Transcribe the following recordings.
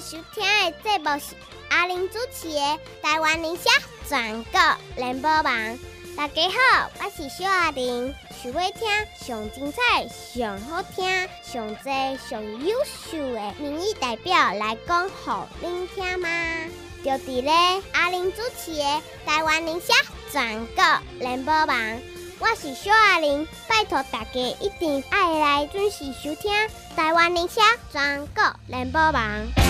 收听的节目是阿玲主持的《台湾理社全国联播网》。大家好，我是小阿玲。想要听上精彩、上好听、上多、上优秀的民意代表来讲，给您听吗？就伫咧阿玲主持的《台湾理社全国联播网》。我是小阿玲，拜托大家一定要来准时收听台湾理社全国联播网。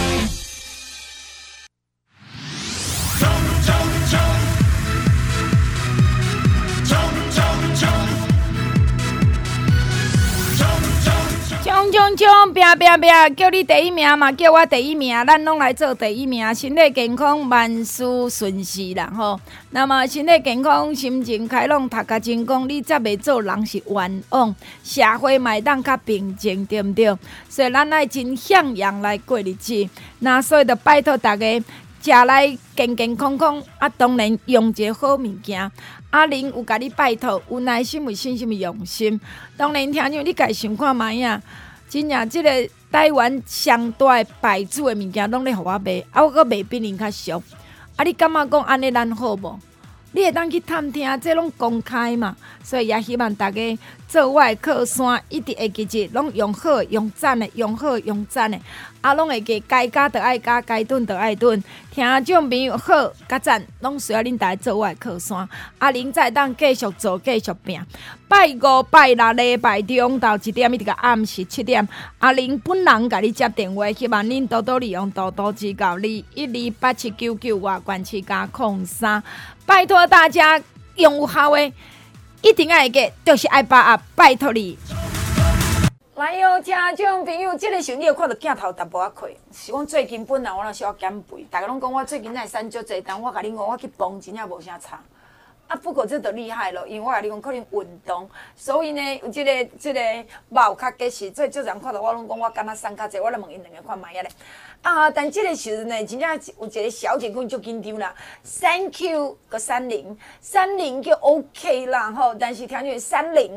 冲，拼，叫你第一名嘛，叫我第一名，咱拢来做第一名。身体健康，万事顺遂啦吼。那么身体健康，心情开朗，读甲成功，你才袂做人是冤枉，社会嘛会当较平静，对毋对？所以咱爱真向阳来过日子。那所以就拜托大家食来健健康康，啊，当然用一个好物件。阿玲有甲你拜托，有耐心、有信心、有用心。当然，听像你家想看卖啊，真正即个台湾上大的牌子的物件，拢咧互我卖，啊，我阁卖比恁较俗。啊，你感觉讲安尼咱好无？你会当去探听，这拢公开嘛，所以也希望大家做我的靠山，一直会记住，拢用好用赞的，用好用赞的，啊，拢会记该加就爱加，该顿就爱顿。听众朋友好甲赞，拢需要恁大家做我的靠山。阿玲再当继续做，继续拼。拜五、拜六、礼拜中昼1点一直到暗时7点，阿玲本人甲你接电话，希望恁多多利用，多多指教。2128799外关7加03。拜托大家用有效的，一定要会记，就是爱把握，拜托你。来哟，听众朋友，这个时候你有看到镜头淡薄仔亏，是阮最近本来我若小减肥，大家拢讲我最近来瘦足侪，但我甲你讲，我去磅真正无啥差。啊，不过这就厉害咯，因为我甲你讲，可能运动，所以呢，有这个肉较结实，所以足人看到我拢讲我敢若瘦较侪，我来问因两个看卖啊咧。啊，但这个时阵呢，真正有一个小姐讲足紧张啦，3Q 个30叫 OK 啦吼，但是听说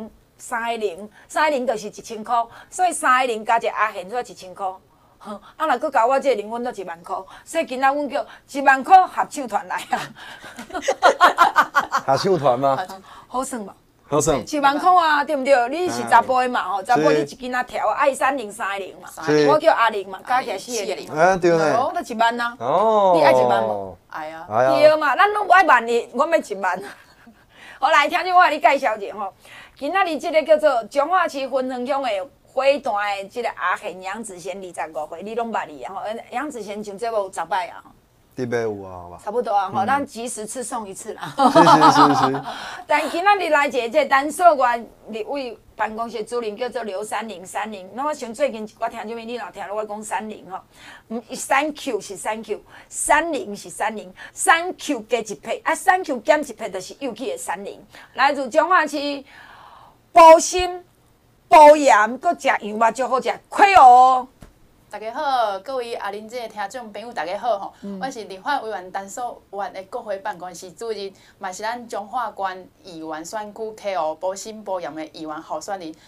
310就是1000块，所以310加一个阿贤，所以1000块。啊，若佫交我这个零，阮都10000块，所以今仔阮叫10000块合唱团来啊！ 合唱团吗？ 好算无？ 好算。 10000块啊，对毋对？你是查甫的嘛吼，查甫你一斤仔条，爱3030嘛，我叫阿玲嘛，加起来4个零。 啊，对嘞。 哦，那1万啊。 哦。 你爱1万无？ 哎呀。 对嘛，咱拢爱万的，我要1万。好，来，听众我甲你介绍者吼，今仔日这个叫做彰化市分园乡的。花坛的这个阿贤杨子贤25岁，你拢捌伊啊？吼，杨子贤上节目有10摆啊。 第8有啊，好吧。 差不多啊，吼，咱及时次送一次啦。 是。 但今仔日来一个这单数员立委办公室主任叫做刘3030，那我想最近我听这边你若听了我讲30吼，3Q 是3Q，30是30，3Q 加一撇，啊3Q 减一撇就是又去的30。来自彰化市保心。保盐，搁食羊肉就好食，快哦！ 大家好，各位阿玲姐的听众朋友，大家好吼！我是立法委员陈守员的国会办公室主任，嘛是咱彰化县议员选区KO保心保盐的议员候选人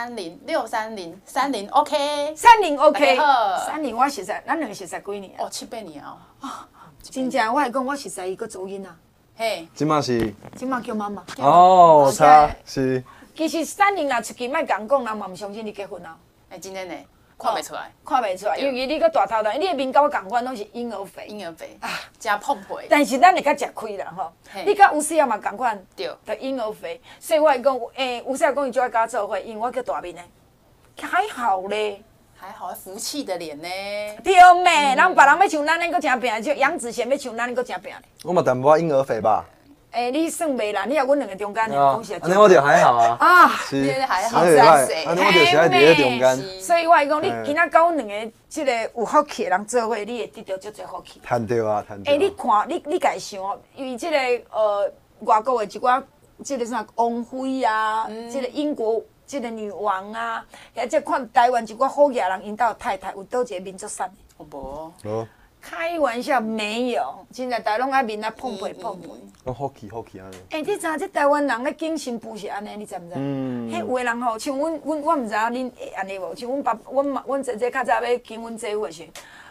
630，OK， 30 OK， 好 30我熟悉，咱两个熟悉几年啊？ 哦，7、8年哦。 真正，我会讲我熟悉伊搁做囡仔。 嘿， 今嘛是。 今嘛叫妈妈。 哦，差是。 其实30若出去，莫讲讲，人嘛毋相信你结婚啊。 真的呢，看袂出来， 看袂出来，尤其你搁大头大，你的面甲我共款，拢是婴儿肥。 婴儿肥啊，真澎湃。 但是咱会较食亏啦吼。你甲吴思瑶嘛共款， 对， 就婴儿肥。所以我会讲，吴思瑶讲伊就爱甲我做伙，因为我叫大面的，还好咧。 还好，福气的脸呢。 对咩？人别人要像咱，恁搁真拼，就杨子贤要像咱，恁搁真拼咧。 我嘛淡薄婴儿肥吧。 你算袂啦，你也阮两个中间， 恭喜啊！安尼我就还好啊。 啊， 是还好， 安尼我就是爱伫咧中间。 所以我会讲，你今仔甲阮两个即个有福气的人做伙，你会得到足侪福气。 趁着啊，趁着。 你看，你家想哦，因为即个外国的一寡即个啥王妃啊，即个英国即个女王啊，或者看台湾一寡好野人，因兜太太有倒一个民族衫？ 有无？ 无。 开玩笑，没有，真正大拢爱面啊碰皮。 我福气安尼。 你知影这台湾人咧敬新妇是安尼，你知毋知？迄有的人吼，像我毋知影恁会安尼无？像阮姐姐较早要敬阮姐夫的时，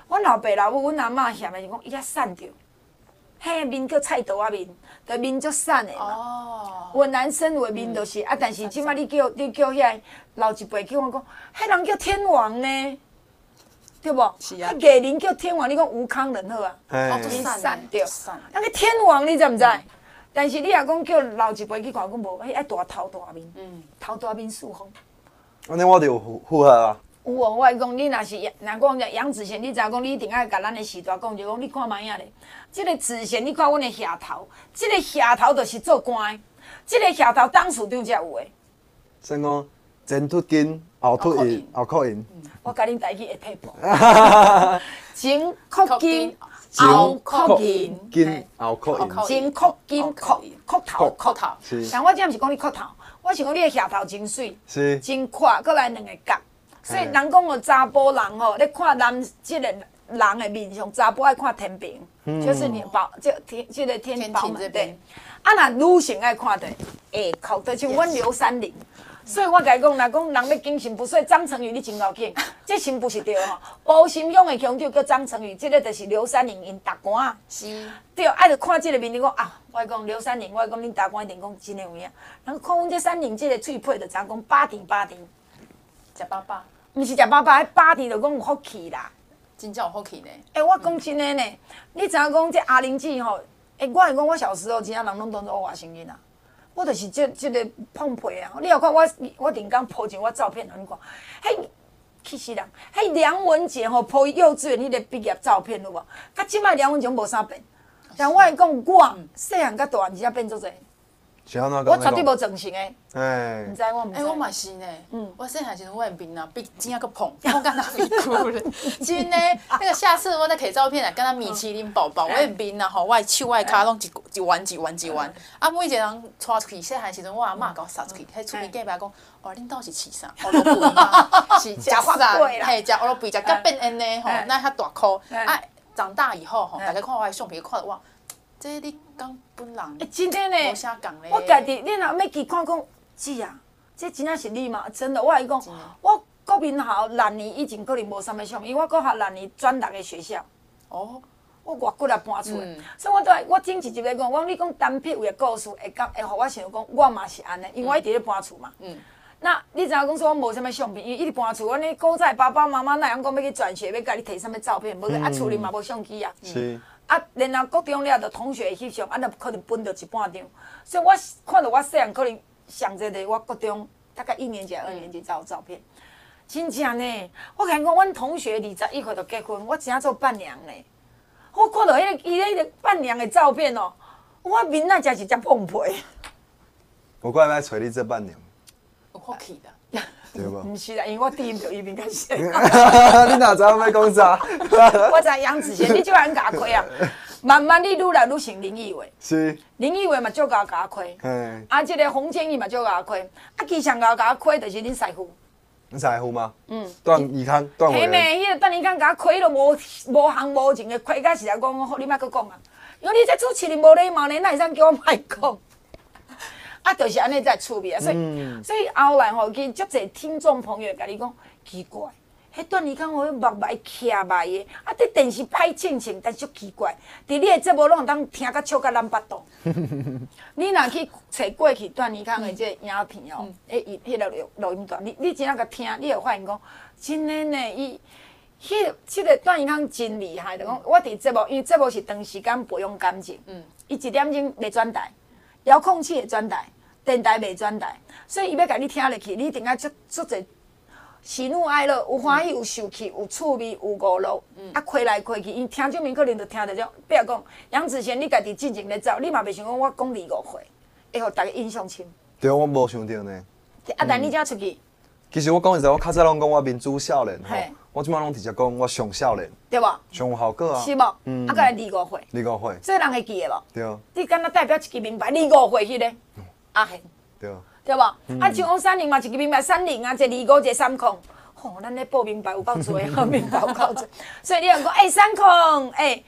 阮老爸老母、阮阿嬷嫌的是讲伊遐瘦着，迄个面叫菜刀仔面，就面足瘦的嘛。 哦， 有男生有的面就是，但是即摆你叫遐老一辈叫我讲，迄人叫天王呢，对无？ 是啊。 迄艺人叫天王，你讲吴康仁好啊？ 哎， 伊瘦着，那个天王你知毋知？但是你若讲叫老一辈去看，讲无，迄爱大头大面，头大面四方。 安尼我就有符合啊。 有哦，我会讲，你若是若讲杨子贤，你知讲你一定爱甲咱的时代讲，就讲你看卖啊咧。即个子贤，你看阮的下头，即个下头就是做官的，即个下头董事长才有的。 先讲前凸筋，后凸印，后扩印。 我甲恁台语会退步。前扩筋，后扩印， 筋后扩印。 前扩筋，扩头。 是。 但我这毋是讲你扩头，我是讲你的下头真水， 是。 真闊，搁来两个角。所以人讲哦，查甫人吼，咧看即个人的面上，查甫爱看天平，就是你宝这个天宝嘛对。啊，若女性爱看的下壳，就像阮刘三林。所以我甲伊讲，若讲人要精神不所以张成宇你真够紧，这新不是对吼。埔心乡的乡长叫张成宇，这个就是刘三林因大官啊。 是。 对，爱着看这个面，你讲啊，我讲刘三林，我讲恁大官一定讲真的有影。人看阮这三林这个喙皮，就知影讲巴甜。 食饱饱。 毋是食饱饱，迄巴甜就讲有福气啦。 真正有福气呢。 我讲真的呢，你知影讲这阿玲姐吼？我会讲我小时候，真正人拢当作我外甥囡仔。我就是这个碰皮啊！你有看我顶刚抱上我照片，你看，迄气死人！迄梁文杰吼抱幼稚园迄个毕业照片有无？甲即摆梁文杰无啥变，但我会讲我细汉甲大汉真正变做侪。我绝对无整形诶，唔知我唔知。 我嘛是呢，我细汉时阵我的面啊比真正搁胖，我敢若肥骨咧。真的，那个下次我再摕照片来，敢若米其林宝宝，我的面啊吼，我的手、我的骹拢一弯。啊，每一个人带出去，细汉时阵我阿嬷甲我杀出去，迄厝边隔壁讲，哦，恁兜是饲啥？乌鲁肥吗？是食啥？嘿，食乌鲁肥，食甲变安尼吼，那较大颗。啊，长大以后吼，大家看我的相片，看哇。这你讲本人， 真的呢， 无啥讲咧。 我家己，你若要去看讲，姐啊，这真正是你嘛？真的，我跟你讲，我国民校6年以前可能无啥物相，因为我国校6年转6个学校。哦。我外骨来搬出来，所以我顶一集咧讲，我讲你讲单撇位的故事，会互我想讲，我嘛是安尼，因为我一直咧搬厝嘛。那你知影讲说，我无啥物相片，因为一直搬厝，阮咧古早爸爸妈妈那样讲要去转学，要甲你摕啥物照片，无啊厝里嘛无相机啊。 是。 啊，然后国中了，就同学翕相，啊，就可能分到一半张。所以我看到我细汉可能上侪个我国中大概1年级、2年级才有照片。真正呢，我甲你讲，阮同学21岁就结婚，我真正做伴娘呢。我看到伊迄个伴娘的照片哦，我面那真是只碰皮。 我过来要找你做伴娘。 有福气的。 对无？ 毋是啦，因为我第一就伊面较先。 你哪知影要讲啥？ 我知杨子贤，你就安甲开啊。慢慢你愈来愈像林奕伟。 是。 林奕伟嘛，足甲开。啊，即个洪建义嘛，足甲开。啊，其上甲开就是恁师傅。 恁师傅吗？段义康，段伟。 嘿咩，迄个段义康甲开都无行无情的开，甲是来讲，好你莫搁讲啊。因为你这主持人无礼貌呢，哪会使叫我莫讲？啊，就是安尼才趣味啊，所以后来吼，其实足侪听众朋友甲你讲奇怪，迄段义康吼，目眉徛眉的，啊，伫电视歹清清，但足奇怪，伫你的节目拢有当听甲笑甲咱巴肚。你若去找过去段义康的这影片哦，迄个录音带，你真正甲听，你会发现讲，真的呢，这个段义康真厉害，就讲我伫节目，因为节目是长时间培养感情，伊1点钟袂转台，遥控器会转台。电台袂转台，所以伊要甲你听入去，你一定要足侪喜怒哀乐，有欢喜，有受气，有趣味，有娱乐，啊，开来开去，因听众面可能就听着种。比如讲杨子贤，你家己进前咧走，你嘛袂想讲我讲2、5岁，会互大家印象深。 对，我无想到呢。 啊，但你才出去。 其实我讲实在，我较早拢讲我民主少年吼，我即摆拢直接讲我上少年， 对无？ 上有效果啊。 是无？啊，搁来2、5岁。 2、5岁。 所以人会记的无？ 对。 你敢若代表一支名牌2、5岁迄个？阿贤， 对无？啊，像讲30嘛，一个名牌30啊，一个25，一个30，吼，咱咧报名牌有够多，名牌有够多，所以你若讲30，30，30，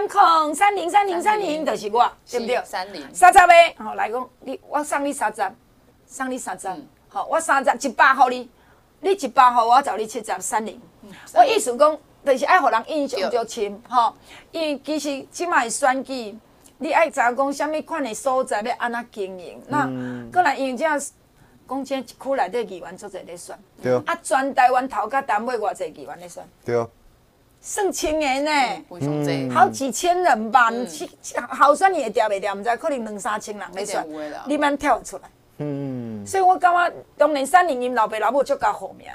就是我，对不对？30个，吼，来讲，我送你30，送你30，吼，我30，100互你，你100互我，找你70，30。我意思讲， 就是爱互人印象就深吼。因为其实即摆选举，你爱知影讲啥物款的所在要安怎经营，那过来因为这讲这一区内底议员足侪咧选， 对， 啊，全台湾头甲单位偌济议员咧选， 对， 算千个呢， 非常济， 好几千人吧，候选人会调袂调，毋知可能2、3千人咧选，你免跳出来。所以我感觉当年3年因老爸老母足够好命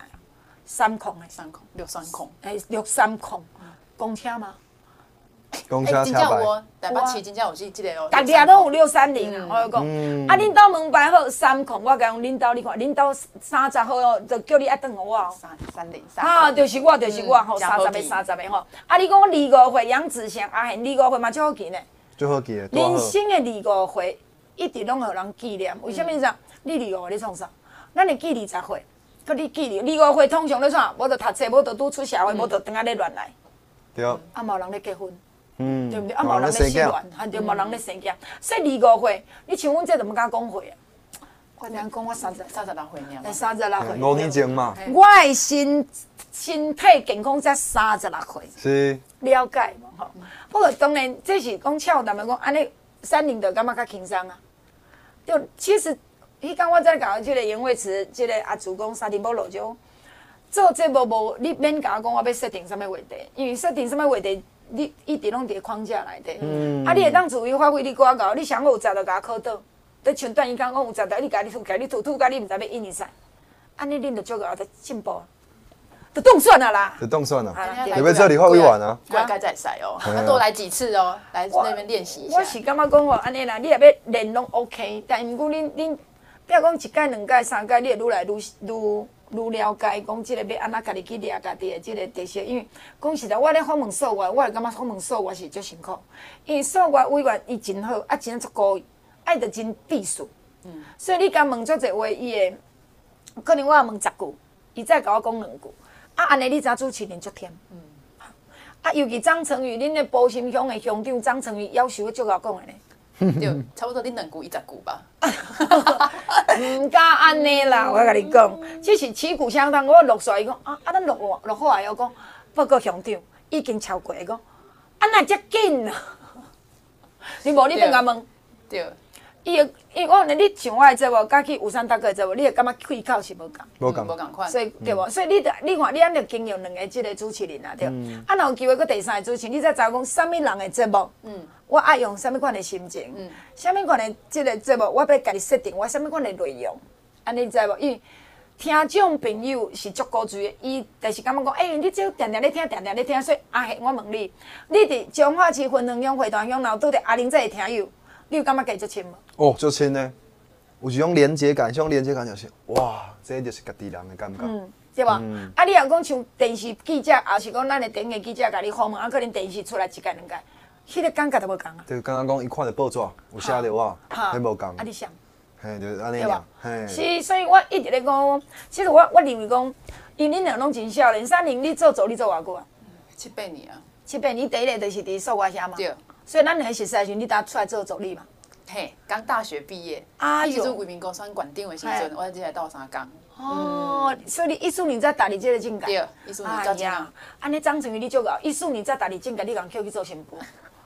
，3控的 630控， 哎，630控，公车吗？ 公车真车牌， 正有，台北市真正有是即个哦。 大家拢有630啊，我讲。啊，恁兜门牌号3控，我甲讲恁兜你看，恁兜30号哦，就叫你爱转互我哦。 303。 啊，就是我吼，30个吼。啊，你讲我25岁杨子祥阿贤25岁嘛最好记呢。 最好记的， 人生的25岁一直拢互人纪念，为什么呢？你25岁你创啥？咱会记20岁，佮你记25岁通常咧啥？无就读册，无就拄出社会，无就当下咧乱来。 对。 啊，冇人咧结婚。对不对？ 啊， 冇人咧生卵，还对冇人咧生囝。所以25岁，你像阮这就毋敢讲岁啊。我听讲我36岁尔。36岁。 5年前嘛。 我的身体健康才36岁。 是。 了解嘛吼。不过当然，这是讲俏谈的讲，安尼30就感觉较轻松啊。就其实，迄天我在甲即个杨惠慈，即个阿祖讲3天无落就做节目无，你免甲我讲我要设定啥物话题，因为设定啥物话题。你一直拢伫框架内底，啊，你会当自由发挥你歌搞，你想我有值就甲我考倒，你像段义刚讲有值就你家己吐，甲你毋知要印伊啥，安尼恁就足够在进步啊，就当选啊啦， 就当选啊，你要做立法委员啊， 过来该再赛哦，要多来几次哦，来那边练习一下。 我是感觉讲哦，安尼啦，你若要练拢 OK， 但毋过恁不要讲1届、2届、3届，你会愈来愈了解，讲即个要安怎家己去掠家己的即个特色，因为讲实在，我咧访问数学，我会感觉访问数学是足辛苦，因为数学委员伊真好，啊真足故意，爱得真避暑。所以你甲问足侪话，伊会可能我问10句，伊再甲我讲2句，啊安尼你知主持人足忝。啊，尤其张成宇，恁的埔心乡的乡长张成宇，要求足够讲的呢。 对，差不多恁2句110句吧。 唔敢安尼啦，我甲你讲，只是旗鼓相当。我录出来，伊讲咱录好来，我讲报告乡长已经超过，讲哪遮紧啊？你无你等甲问。 对。 伊我你像我的节目，甲去有山大哥的节目，你会感觉开口是无共。 无共款。所以对无？所以你看，你安尼经营2个即个主持人啊，对。啊，若有机会搁第3个主持人，你才知讲啥物人的节目。我爱用啥物款的心情，啥物款的即个节目，我要家己设定我啥物款的内容，安尼知无？因为听众朋友是足高追的，伊就是感觉讲，你这定定咧听，所以我问你，你伫彰化市分两乡会团乡，然后拄着阿玲这个听友，你有感觉家足亲无？ 哦，足亲呢，有一种连接感，就是哇，这就是家己人的感觉。 对无？啊，你若讲像电视记者，也是讲咱的电视记者甲你访问，可能电视出来1届2届。迄个感觉都无共啊！ 就刚刚讲，伊看着报纸有写着我，迄无共。 啊，你想？ 嘿，就是安尼样。嘿。 是，所以我一直咧讲，其实我认为讲，因恁俩拢真少年，3年你做助理做偌久啊 ？7、8年啊。 7、8年，第一个就是伫数学遐嘛。 对。 所以咱两个熟识的时阵，你出来做助理嘛？ 嘿，刚大学毕业。迄时阵为民国选馆长的时阵，我只来斗3工。 哦，所以你14年才踏入这个境界。 对，14年才这样。 安尼张成宇你足够，14年才踏入境界，你共叫去做新妇。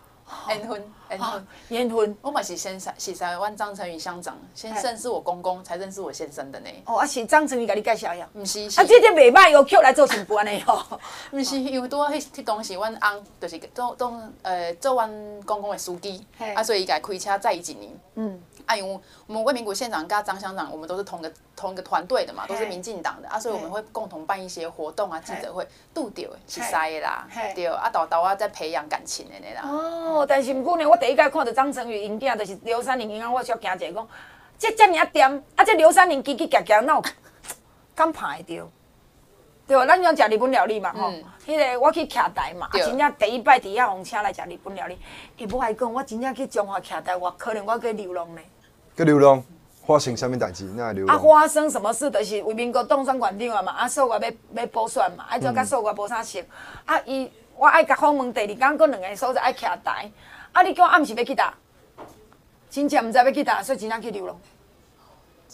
烟婚， 我嘛是先是阮张成宇乡长，先认识我公公，才认识我先生的呢。 哦，啊是张成宇甲你介绍呀？ 毋是， 啊这袂歹哦，叫来做新妇安尼吼。 毋是，因为拄啊迄当时阮翁就是做阮公公的司机，啊所以伊家开车载伊1年。因为我们魏明谷县长跟张乡长，我们都是同一个团队的嘛，都是民进党的啊，所以我们会共同办一些活动啊、记者会，拄着的是塞的啦，对，啊，豆啊在培养感情的啦。 哦，但是毋过呢，我第一届看到张成宇因囝，就是刘三林因仔，我小惊一下讲，这尔啊甜，啊这刘三林叽叽夹夹，哪有敢拍会着？对，咱像食日本料理嘛吼，迄个我去徛台嘛，真正第一摆伫遐互请来食日本料理，母爱讲，我真正去中华徛台，可能我去流浪呢。 去流浪，发生啥物代志？哪会流浪？ 啊，发生什么事？就是为民国当选馆长啊嘛，啊，数学要补选嘛，啊，种甲数学无啥熟，啊，我爱甲访问第2天，搁2个所在爱徛台，啊，你叫我暗时要去倒，真正毋知要去倒，所以真正去流浪。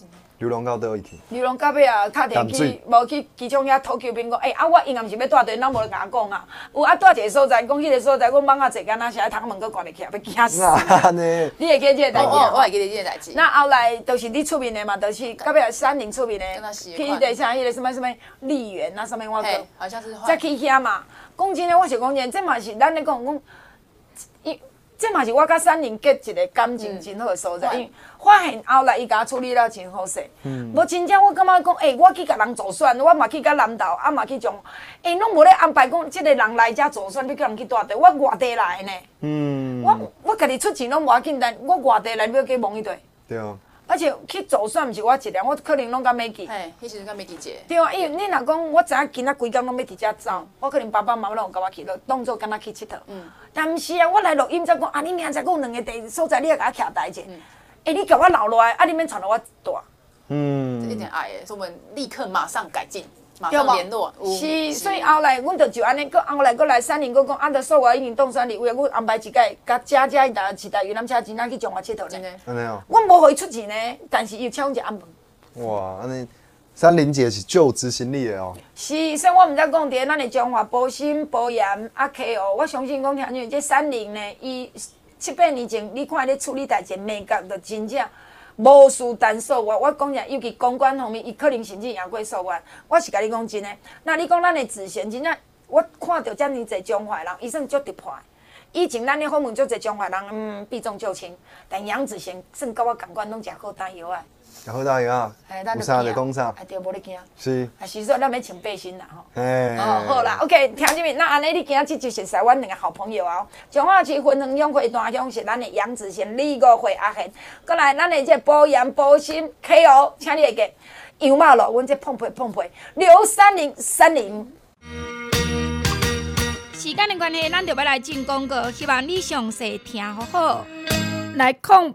流浪到倒位去？ 流浪到尾啊，打电去，无去机场遐讨求兵讲，啊，我因暗是要带队，咱无甲我讲啊。有啊，带一个所在，讲迄个所在，我网啊坐，敢若是爱窗门佫关袂起来，要惊死。 安尼， 你会记这个代志？ 我会记得这个代志。 那后来就是你出面的嘛，就是到尾山林出面的，去迄个啥，迄个什么丽园啊，什么我讲， 好像是。 再去遐嘛。讲真诶，我是讲真，这嘛是咱咧讲，这嘛是我甲山林结一个感情真好诶所在，因为发现后来伊甲我处理了真好势。无真正我感觉讲，我去甲人助选，我嘛去甲南投，啊嘛去种，拢无咧安排讲，即个人来遮助选，你叫人去带队，我外地来的呢。我家己出钱拢无要紧，但我外地来要去蒙一队。 对啊。 而且去助选毋是我一个，我可能拢甲美记。 嘿，迄时阵甲美记一个。 对啊，因为你若讲我知影今仔规工拢要伫遮走，我可能爸爸妈妈拢有甲我去，就当做敢若去佚佗。但毋是啊，我来录音才讲啊，你明仔载有两个地所在，你要甲我徛台者。你叫我留落来，你免传到我大。 这一点爱的，所以我们立刻马上改进。马上联络， 是，所以后来阮就安尼，后来来山林，讲啊，着说我已经当选立委，阮安排一届，甲姐伊搭一台游览车，真正去中华佚佗咧。 安尼哦。 阮无互伊出钱呢，但是伊请阮食暗饭。 哇，安尼山林姐是就执行力的哦。 是，所以我毋才讲伫咱的中华保心、保盐啊 KO， 我相信讲听因为这山林呢，伊7、8年前，你看伊咧处理代志，美感就真正。无事单数我讲真，尤其公关方面，伊可能甚至赢过数万。我是甲你讲真诶，那你讲咱的子贤，真正我看到遮尔侪中华人，伊算足突破。以前咱咧访问足侪中华人，避重就轻，但杨子贤算甲我共款，拢诚好打药啊。 诚好打药啊！有啥就讲啥。 对，无咧惊。 是。 是说咱要穿背心啦吼。 嘿。 好啦 ，OK， 听这边，那安尼你今仔日就熟悉阮两个好朋友啊。彰化市分园乡会单乡是咱的杨子贤立委会阿贤，过来咱的这保盐保心 KO， 请你会记杨马路，阮这碰配刘3030。时间的关系，咱就要来进广告，希望你详细听好好。来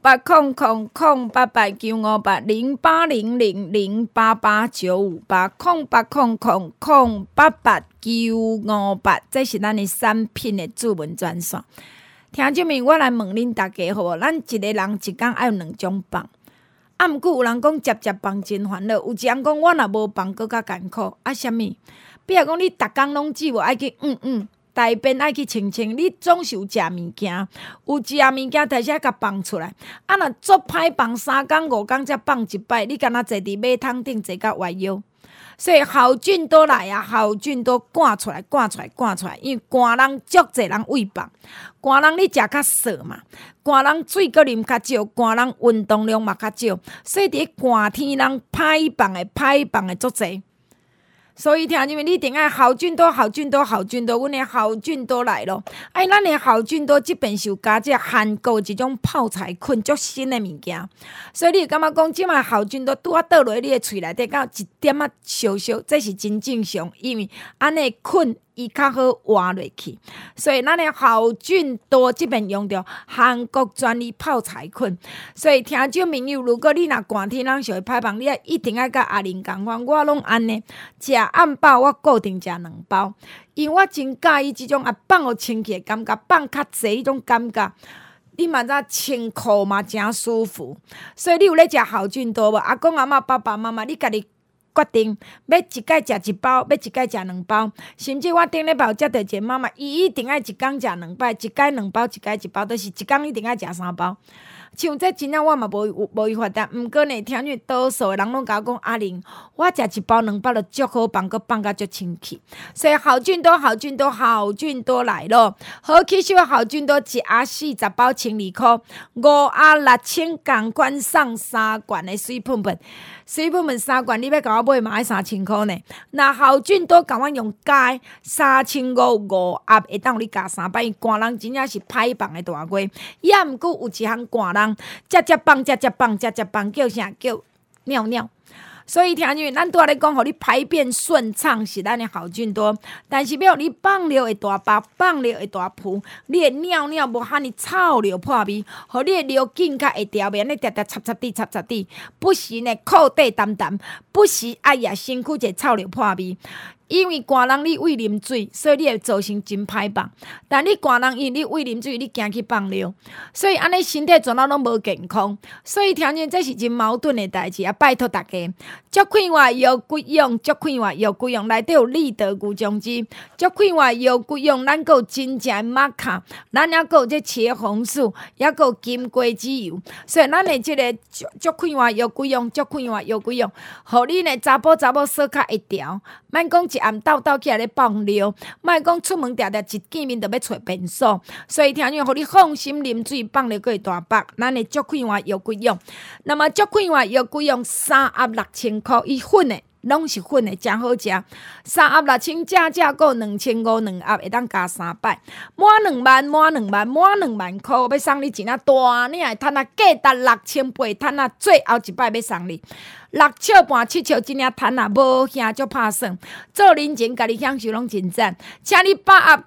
080009580888958808889898，这是咱的产品的主文专线。听众们，我来问恁大家好无？咱一个人一工爱有2种饭，啊，毋过有人讲食饭真烦恼，有一人讲我若无饭搁较艰苦，啊，啥物？比如讲你逐工拢只无爱去大便爱去清，你总是有食物件，有食物件，但是爱甲放出来。啊，若足歹放3工5工才放一摆，你敢若坐伫马桶顶坐到歪腰。所以好菌都来啊，好菌都赶出来，因为寒人足侪人胃胖，寒人你食较少嘛，寒人水搁啉较少，寒人运动量嘛较少，所以伫寒天人歹放的足侪。所以听众们，你一定爱好菌多，阮的好菌多来咯！咱的好菌多即边是有加这韩国一种泡菜菌足新的物件，所以你会感觉讲即卖好菌多拄啊倒落你的喙内底，到一点仔烧，这是真正常，因为安尼菌伊较好活落去，所以咱的好菌多即边用着韩国专利泡菜菌，所以听众朋友，如果你若寒天人想会歹胖，你一定爱甲阿玲共款，我拢安尼食暗饱，我固定食2包，因为我真介意即种放互清气的感觉，放较济迄种感觉。你嘛知清苦嘛真舒服，所以你有咧食好菌多无？阿公阿嬷、爸爸妈妈，你家己决定要一摆食1包，要一摆食2包，甚至我顶礼拜有接到一个妈妈，伊一定爱一工食2摆，一摆2包，一摆1包，就是一工一定爱食3包。像这真正我嘛无伊发达，毋过呢，听见多数的人拢甲我讲，阿玲，我食1包2包就足好放，搁放甲足清气。所以好菌多来咯！好起手好菌多1盒40包1,200块，5盒6000共款送3罐的水喷喷3罐，你要甲我买嘛要3000块呢。那好菌多甲我用加3500，5盒会当你加3摆，因为寒人真正是歹放的大鸡，也毋过有一项寒人。只放，叫啥？叫尿。所以听见咱拄仔咧讲，互你排便顺畅是咱的好菌多，但是要你放了会大包，放了会大噗，你的尿无哈尼臭了破味，互你的尿紧较会调面咧，插地，不时呢裤底澹，不时哎呀身躯就臭了破味。 因为寒人你喂啉水，所以你会造成真歹放。但你寒人因你喂啉水，你惊去放尿，所以安尼身体全拢无健康。所以听见这是真矛盾的代志啊！拜托大家，足快活腰骨用，足快活腰骨用，内底有利德牛浆汁，足快活腰骨用，咱有真正的玛卡，咱还有这茄红素，还有金瓜子油，所以咱的这个足快活腰骨用，足快活腰骨用，互你呢查甫锁较会调，莫讲一暗斗起来咧放尿，莫讲出门常常一见面就要找便所，所以听见互你放心啉水，放了个会大腹，咱的足快活腰骨用。那么足快活腰骨用3盒6000块，伊粉的。拢是粉的，真好食。3盒6000，价够2500，2盒会当加3摆，满2万块，要送你钱啊大，你会趁啊价值6000倍，趁啊最后一摆要送你6笑半7笑，真正趁啊无兄足拍算。做人前，家己享受拢真赞，请你把握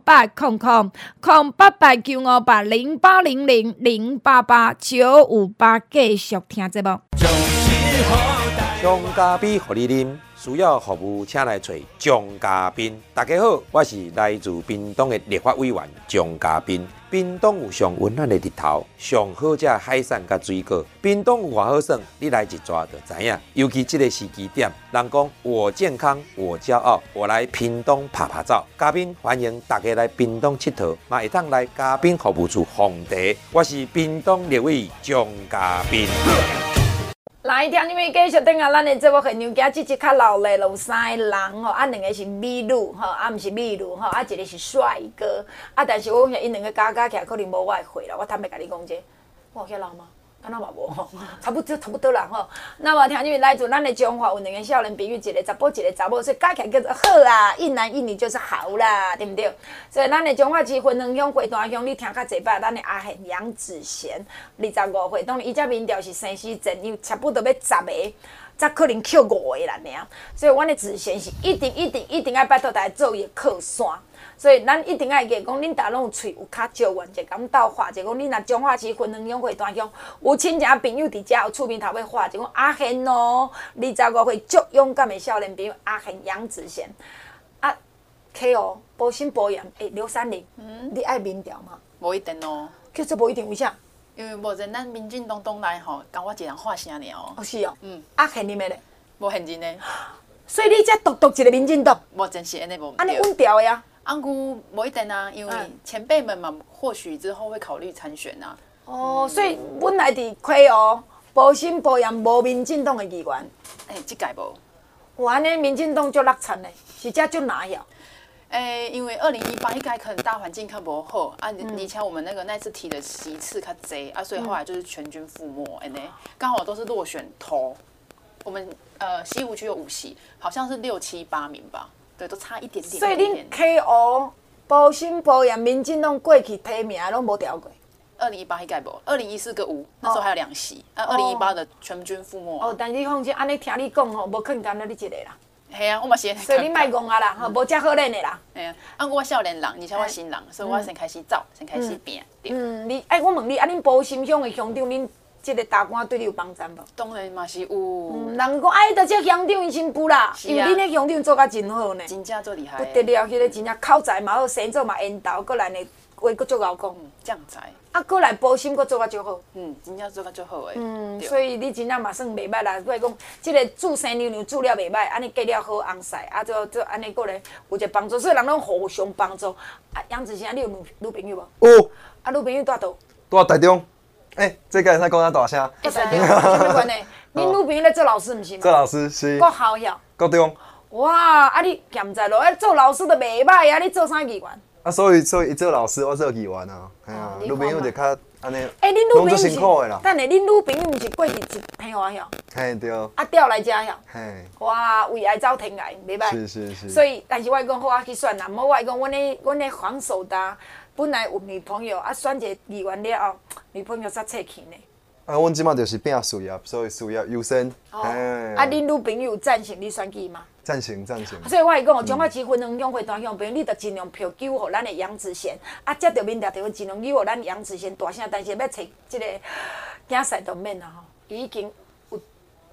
0800080800080008889588继续听节目。 将咖啡互你啉，需要服务请来找张嘉宾。大家好，我是来自屏东的立法委员张嘉宾。屏东有上温暖的日头，上好食海产甲水果。屏东有偌好耍，你来一抓就知影。尤其这个时机点，人讲我健康我骄傲，我来屏东拍拍照。嘉宾欢迎大家来屏东佚佗，嘛会当来嘉宾服务处奉茶。我是屏东立委张嘉宾。 来，听你们继续等下咱的节目现场，今即较老的有3个人吼，两个是美女吼，毋是美女吼，一个是帅哥，但是我讲因两个加起来可能无我的岁啦，我坦白甲你讲者，我有遐老吗？敢若嘛无吼，差不多啦吼。那么听你们来自咱的中华有两个少年朋友，一个查甫，一个查某，所以加起来叫做好啊，一男一女就是好啦，对不对？所以咱的彰化市分两乡、花坛乡，你听较济摆，咱的阿贤杨子贤25岁，当然伊只面条是生死阵，因为差不多要10个。才可能扣5个啦尔，所以阮的子贤是一定要拜托大家做伊的靠山。所以咱一定爱记讲，恁大拢有喙有较少元者，咁斗画者讲，恁若彰化市分两乡、花坛乡有亲戚朋友伫遮有厝边头要画者，讲阿贤哦，25岁足勇敢的少年朋友阿贤杨子贤啊 ，KO 保心保养刘三林，你爱面条吗？ 无一定哦， 叫做无一定，为啥？ 因为无然咱民进党来吼，共我一人画声尔哦。 哦是哦，阿贤你咩咧？ 无现真的。 所以你才独一个民进党？ 无真是安尼无。 安尼稳调的呀。 安姑无一定啊，因为前辈们嘛，或许之后会考虑参选啊。 哦，所以本来伫亏哦，保心保养无民进党的议员。 即届无。 哇，安尼民进党足落惨的，是遮足难晓。 因为2018一届可能大环境较无好啊，而且我们那次提的席次较侪啊，所以后来就是全军覆没，刚好都是落选头。我们西湖区有5席，好像是6、7、8名吧，对，都差一点点。 所以恁 KO 保心保养民进党过去提名拢无调过。 2018一届无，2014个5，那时候还有2席，2018的全军覆没。 哦，但是放心，安尼听你讲吼，无可能干到你一个啦。 系啊，我嘛是。 所以你莫戆啊啦，无遮好练的啦。 系啊，我少年人，而且我新人，所以我先开始走，先开始拼。 你我问你，恁保心乡的乡长，恁即个大官对你有帮衬无？ 当然嘛是有。 人讲着这乡长伊真不啦，因为恁迄乡长做甲真好呢。 真正做厉害。 不得了，迄个真正口才嘛好，生做嘛缘投，搁来呢话搁足够讲。 这样才。 啊，搁来保心搁做甲足好。 真正做甲足好诶。 所以你真正嘛算袂歹啦。我讲，即个煮生牛肉煮了袂歹，安尼加了好红晒，啊，就安尼过来有一个帮助，所以人拢互相帮助。啊，杨子贤，你有女朋友无？ 有。 啊，女朋友住倒？ 住台中。这个才讲啊大声。 会使对，什么关系？恁女朋友咧做老师毋是吗？ 做老师是。 国校晓。 高中。 哇，啊你咸在咯？做老师都袂歹啊！你做啥议员？ 啊，所以伊做老师，我做议员啊。系啊，女朋友就较安尼。 恁女朋友辛苦的啦。 等下，恁女朋友毋是过去一天华晓？ 嘿对。 啊，调来遮晓。 嘿。 哇，为爱走天涯，袂歹。 是。 所以，但是我讲好啊去选啦，无我讲阮咧黄守达本来有女朋友，啊选一个议员了后，女朋友煞撤去呢。 啊，阮即马就是拼事业，所以事业优先。 啊，恁女朋友赞成你选举吗？ 赞成。 所以我会讲哦，彰化市分两乡、花坛乡朋友，你着尽量票救互咱的杨子贤，啊，接着面条就尽量救互咱杨子贤大声，但是要找即个竞赛都免啦吼，伊已经有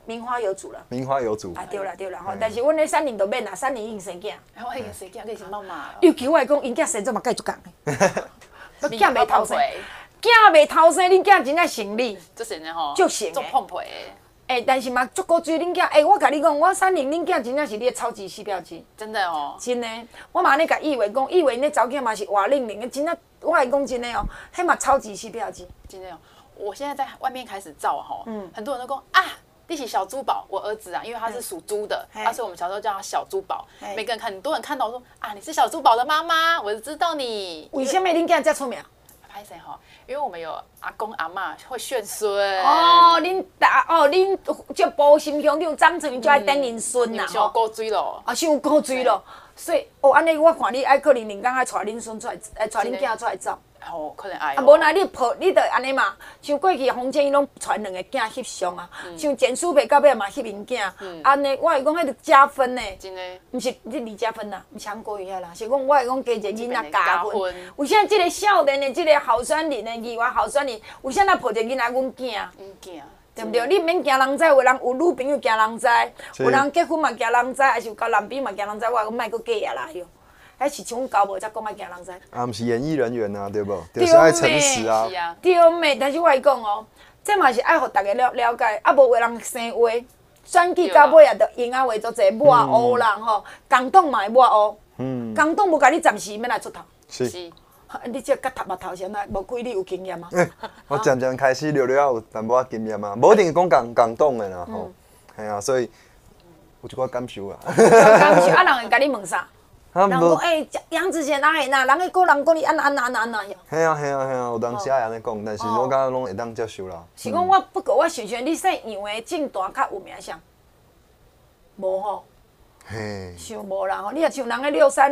名花有主了。 名花有主。 啊，对啦吼，但是阮咧山林都免啦，山林已经生囝。 哎，我已经生囝，你是妈妈。 尤其我来讲，因囝生做嘛，甲伊足共的。囝袂偷生， 囝囝袂偷生，恁囝真正成立， 这是呢吼， 足成的做碰皮的。 但是嘛，足够追恁囝。我甲你讲，我山林恁囝真正是你的超级戏票机。 真的哦。 真的，我嘛安尼甲以为讲，以为那查囝嘛是活冷冷的，真正我来讲真的哦，迄嘛超级戏票机。 真的哦，我现在在外面开始照吼，很多人都讲啊。你是小珠宝，我儿子啊，因为他是属猪的，所以我们小时候叫他小珠宝。每个人很多人看到我说啊，你是小珠宝的妈妈，我就知道你。 为什么恁囝遮出名？ 拍谁哈？因为我们有阿公阿嬷会炫孙。 哦，恁这埔心乡长长成就爱等因孙呐， 伤古水咯。 啊，伤古水咯。所以安尼我看你爱可能恁讲爱带恁孙出来，带恁囝出来走。 哦，可能爱。 啊，无那你你着安尼嘛，像过去洪建伊拢传两个囝翕相啊，像简书培到尾嘛翕因囝，安尼我会讲迄着加分呢。 真的。 毋是你离加分啦，毋像国语遐啦，是讲我会讲加一个囡仔加分。为啥即个少年的即个候选人的议员候选人，为啥咱抱一个囡仔阮囝？对不对？你免惊人知，有人有女朋友惊人知，有人结婚嘛惊人知，还是有交男朋友嘛惊人知，我讲莫搁假啊啦哟。还是像交无才讲爱惊人知。 啊，毋是演艺人员啊，对不？就是爱诚实啊。 对咩？但是我讲哦，这嘛是爱互大家了解，啊无为人生话，选举到尾也着用啊话做者抹黑人吼，共党嘛会抹黑，共党无甲你暂时免来出头。 是。 你这甲头目头先啊，无亏你有经验啊。 我渐渐开始了有淡薄仔经验啊，无一定讲共党的啦吼，系啊，所以有一寡感受啊。 感受啊，人会甲你问啥？人讲杨子贤哪会呐？人个个人讲你安那。 系啊，有当时爱安尼讲，但是我感觉拢会当接受啦。 是讲我不过我想想，你说样的政坛较有名啥？无吼。 嘿。 想无啦吼，你若像人个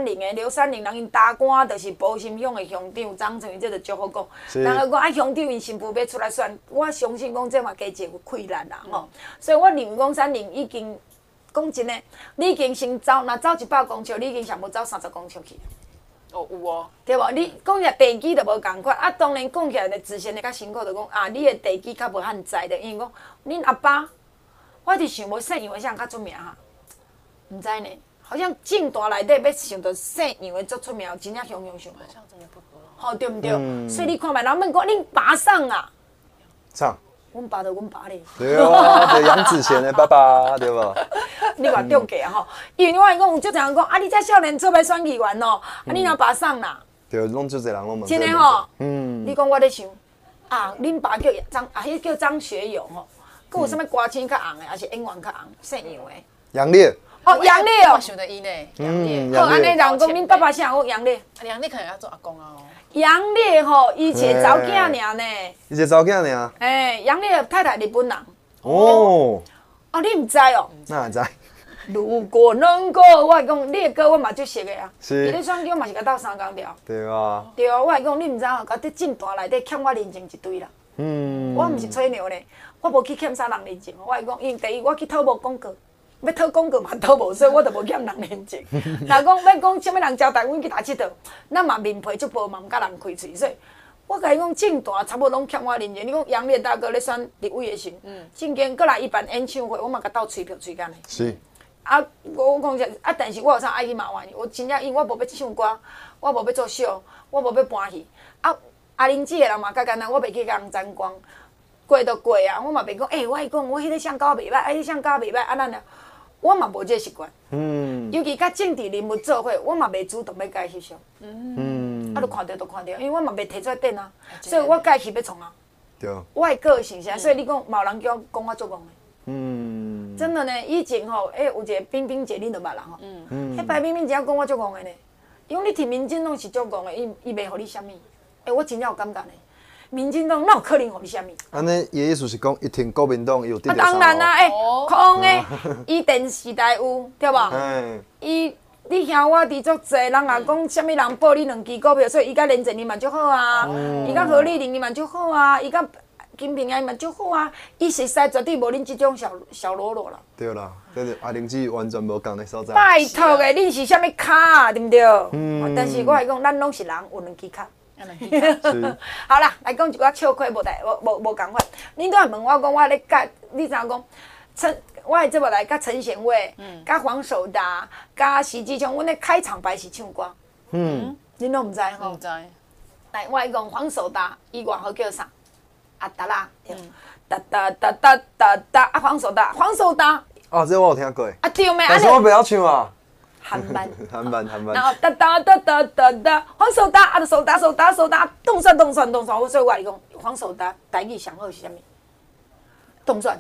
630人因大官就是埔心乡的乡长张成宇，这就足好讲。人个讲啊，乡长因新妇要出来选，我相信讲这嘛加一个困难啦吼。所以我认为讲330已经。讲真诶，你已经先走，若走100公尺，你已经上无走30公尺去。 哦，有哦。 对无？你讲起来地基就无共款，啊，当然讲起来之前会较辛苦，就讲啊，你诶地基较无遐在的，因为讲恁阿爸，我一直想无姓杨诶啥较出名哈？毋知呢，好像政坛内底要想到姓杨诶足出名，真正雄想无。 好像真的不多。 吼，对毋对？所以你看觅，人们讲恁爸送啊。 送。 阮爸就阮爸咧。 对啊，就杨子贤的爸爸，对无？ 你话中价吼，因为我讲有足侪人讲，啊，你这少年出来选议员哦，啊，你若爸送啦？ 对，拢足侪人拢问。 真的吼，你讲我咧想，啊，恁爸叫迄叫张学友吼，佮有啥物歌星较红的，还是演员较红，姓杨的？ 杨烈。 哦，杨烈哦。 我想得伊呢，杨烈。 好，安尼人讲恁爸爸啥？我杨烈。 杨烈可能要做阿公啊哦。 杨烈吼，伊一个查囝尔呢。 伊一个查囝尔。 杨烈太太日本人。 哦。 哦，你毋知哦？ 哪会知？ 如果能够，我讲你的歌我嘛最熟的啊。 是。 伊咧选举嘛是甲斗3工了。 对啊。 对啊，我讲你毋知哦，甲伫政坛内底欠我人情一堆啦。我毋是吹牛咧，我无去欠啥人人情。我讲，因第一我去讨无广告。要讨广告嘛讨无，所以我就无欠人人情。若讲要讲啥物人招待阮去打佚佗，咱嘛面皮足薄嘛，毋甲人开喙，所以我甲伊讲政坛差不多拢欠我人情。你讲杨烈大哥咧选立委的时，正经过来伊办演唱会，我嘛甲斗吹票吹干嘞。 是。 啊，我讲者啊，但是我有啥爱去麻烦伊？我真正因为我无要唱歌，我无要做秀，我无要搬戏。啊，阿玲姐的人嘛较简单，我袂去甲人沾光，过就过啊。我嘛袂讲，我讲我迄个相高袂歹，迄个相高袂歹，啊咱俩。我嘛无这习惯，尤其甲政治人物做伙，我嘛袂主动要甲伊翕相，啊，就看到就看到，因为我嘛袂摕出来顶啊，所以我甲伊翕要创啊。 对。 我的个性啥，所以你讲某人叫讲我做戆的。真的呢，以前吼，有一个冰冰姐，恁就捌啦吼。迄白冰冰姐讲我做戆的呢，因为你提民进党是做戆的，伊袂互你啥物，我真正有感觉呢。民进党哪有可能互你啥物？ 安尼，伊意思是讲，一听国民党有得到啥？ 当然啦，空的，伊电视台有，对无？伊，你兄我伫足济，人也讲啥物人报你2支股票，所以伊甲连战你嘛足好啊，伊甲何丽玲你嘛足好啊，伊甲金平安嘛足好啊，伊实在绝对无恁即种小喽啰啦。 对啦，这是阿玲姐完全无共的所在。 拜托的，恁是啥物卡啊？对毋对？但是我来讲，咱拢是人，有2支卡。好啦，来讲一寡笑话无共款。恁都还问我讲，我咧教，你知影讲， 我的节目来，甲陈贤伟，甲黄守达，甲徐志强，阮咧开场白是唱歌，恁拢毋知吼？ 唔知。 来，我来讲黄守达，伊外号叫啥？阿达啦，哒哒哒哒哒哒，啊黄守达， 哦，这我有听过。 啊对咩？ 但是我不要唱啊。 韩版。 韩版。 然后哒哒哒哒哒哒，黄守达，啊，守达，动算，所以我来讲，黄守达台语上好是啥物？动算。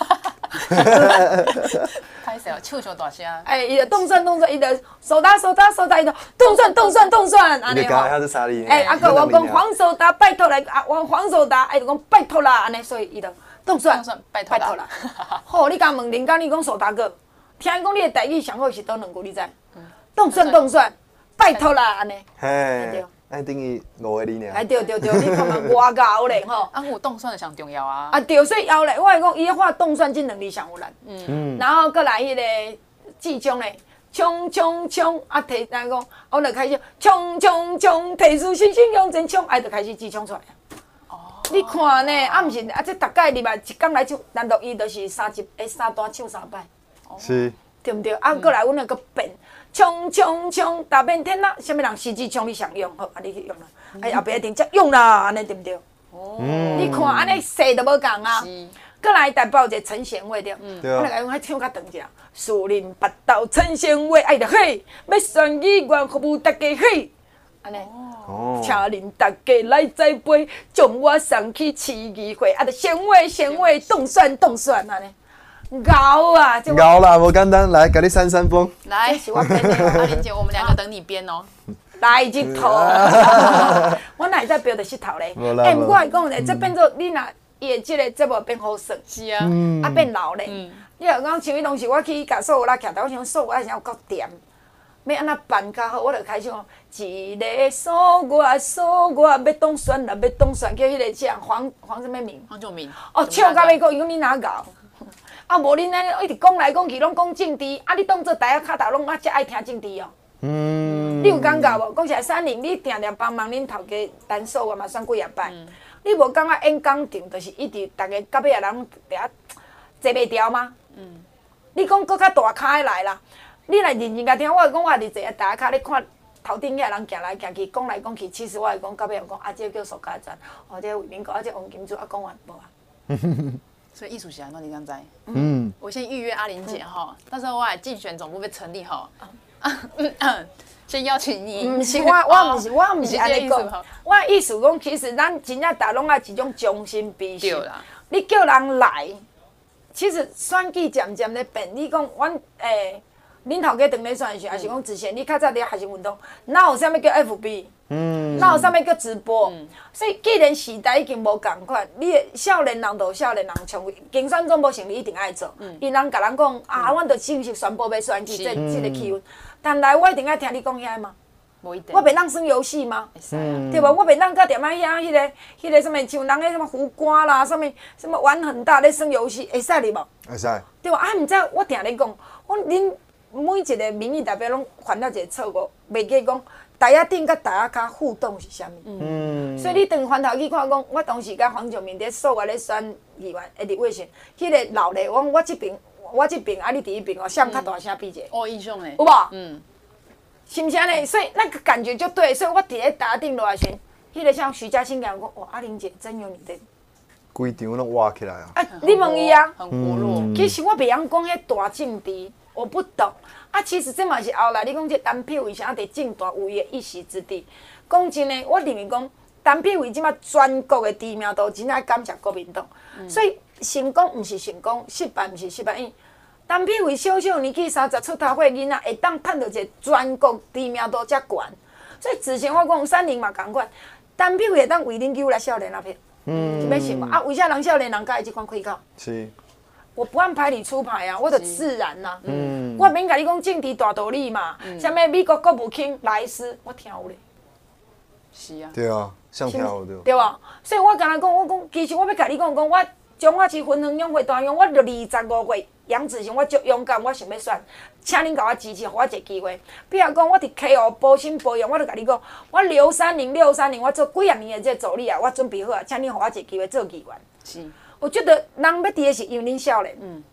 歹势哦，唱上大声。 伊就动算，伊就守达，伊就动算，安尼你讲遐是啥哩？ 啊个我讲黄守达拜托来，啊，我黄守达，就讲拜托啦，安尼，所以伊就动算， 拜托啦。 好，你甲问林刚，你讲守达哥，听讲你的台语上好是倒两句，你知？动算，拜托啦，安尼。 嘿，等于5个字尔。 哎对，你看嘛，外教咧吼。 啊，有动算上重要啊。 啊对，所以后来我来讲，伊画动算这两字上有难。然后搁来迄个记中咧，冲，啊提来讲，我就开始冲，提出信心向前冲，就开始记冲出来。你看呢？啊，毋是啊，这大概入来一工来唱，难道伊就是3段唱3摆？ 是。 对毋对？啊，搁来阮又搁变，冲，大变天啦！啥物人实际冲你上用好，啊，你去用啦。后壁一定才用啦，安尼对毋对？你看安尼势都无共啊。搁来台北有一个陈贤伟对，我来讲，唱较长者。树林八道陈贤伟爱得起，要选议员服务大家起，安尼。请恁大家来栽培，将我送去市议会，啊，就贤伟动算安尼。熬啊！ 熬啦，无简单，来，甲你扇风。 来，是我编的，阿玲姐，我们2个等你编哦。 来日头，我哪会再标着石头咧？毋过来讲咧，这变做你若伊的即个节目变好耍， 是啊， 啊变老咧。你若讲像迄当时我去甲数学拉徛，我想数学有够甜，要安怎办较好？我就开始讲，一个数学要当选啦，叫迄个啥黄什么名？ 黄仲明。 哦，唱到要讲，伊讲你哪搞？啊，无恁安尼一直讲来讲去，拢讲政治，啊，你当做台下骹头拢遮爱听政治哦。你有感觉无？讲起来3年，你定定帮忙恁头家单数啊嘛，选几啊摆。你无感觉演讲场就是一直大家到尾啊人伫遐坐袂牢吗？你讲搁较大咖的来啦，你来认真甲听，我讲我伫坐啊大咖咧看头顶遐人行来行去，讲来讲去，其实我会讲到尾讲啊，这叫苏家传，哦，这魏明国，啊，这王金珠，啊，讲完无啊？ 所以艺术是安怎你敢知？我先预约阿玲姐哈，到时候我竞选总部被成立哈，先邀请你。 毋是我毋是安尼讲，我意思讲，其实咱真正大拢爱一种将心比心。你叫人来，其实选举渐渐咧变。你讲阮恁头家当咧选的时候，也是讲之前你较早伫学生运动，哪有啥物叫 FB？哪有啥物叫直播？所以既然时代已经无共款，你少年人就少年人冲，竞选总无成立一定爱做。伊人甲人讲啊，阮着正式宣布要选举，这个气氛。但来我一定爱听你讲遐吗？ 无一定。 我袂当耍游戏吗？对无？我袂当甲踮啊迄个什么像人迄什么胡瓜啦，什么玩很大咧耍游戏，会使哩无？ 会使。 对无？啊，毋知我定咧讲，恁每一个民意代表拢犯了一个错误，袂记讲。台仔顶甲台仔骹互动是啥物？所以你当翻头去看讲，我当时甲黄仲明伫数学咧选议员的立委选，迄个闹咧，我即边，啊，你第一边哦，声较大声比者。 哦，印象嘞。 有无？是毋是安尼？所以那个感觉就对，所以我伫咧台仔顶落来选，迄个像徐嘉欣讲，哇，阿玲姐真有你的。 规场拢挖起来啊！ 你问伊啊？ 很活络。 其实我袂晓讲迄大政治，我不懂。啊，其实这嘛是后来你讲这陈佩慧啥伫政坛有伊的一席之地。讲真诶，我认为讲陈佩慧即马全国的知名度真爱感谢国民党，所以成功毋是成功，失败毋是失败。因为陈佩慧小年纪30出头岁囡仔会当趁到一个全国知名度遮悬，所以之前我讲3年嘛共款，陈佩慧会当为恁救来少年阿片，是要信无？啊，为啥人少年人甲伊即款开口？ 是。 我不按牌理出牌啊，我就自然呐。我免甲你讲政治大道理嘛，啥物美国国务卿莱斯，我听有咧。 是啊。 对啊，像听有对。 对吧？所以我敢若讲，我讲，其实我要甲你讲，我中华市分园永会大勇，我着25岁，杨子雄，我足勇敢，我想要选，请恁甲我支持，互我一个机会。比如讲，我伫溪湖保心保养，我着甲你讲，我63年，我做几啊年的这助理啊，我准备好啊，请恁互我一个机会做议员。 是。 我觉得人要伫的是因为恁少年，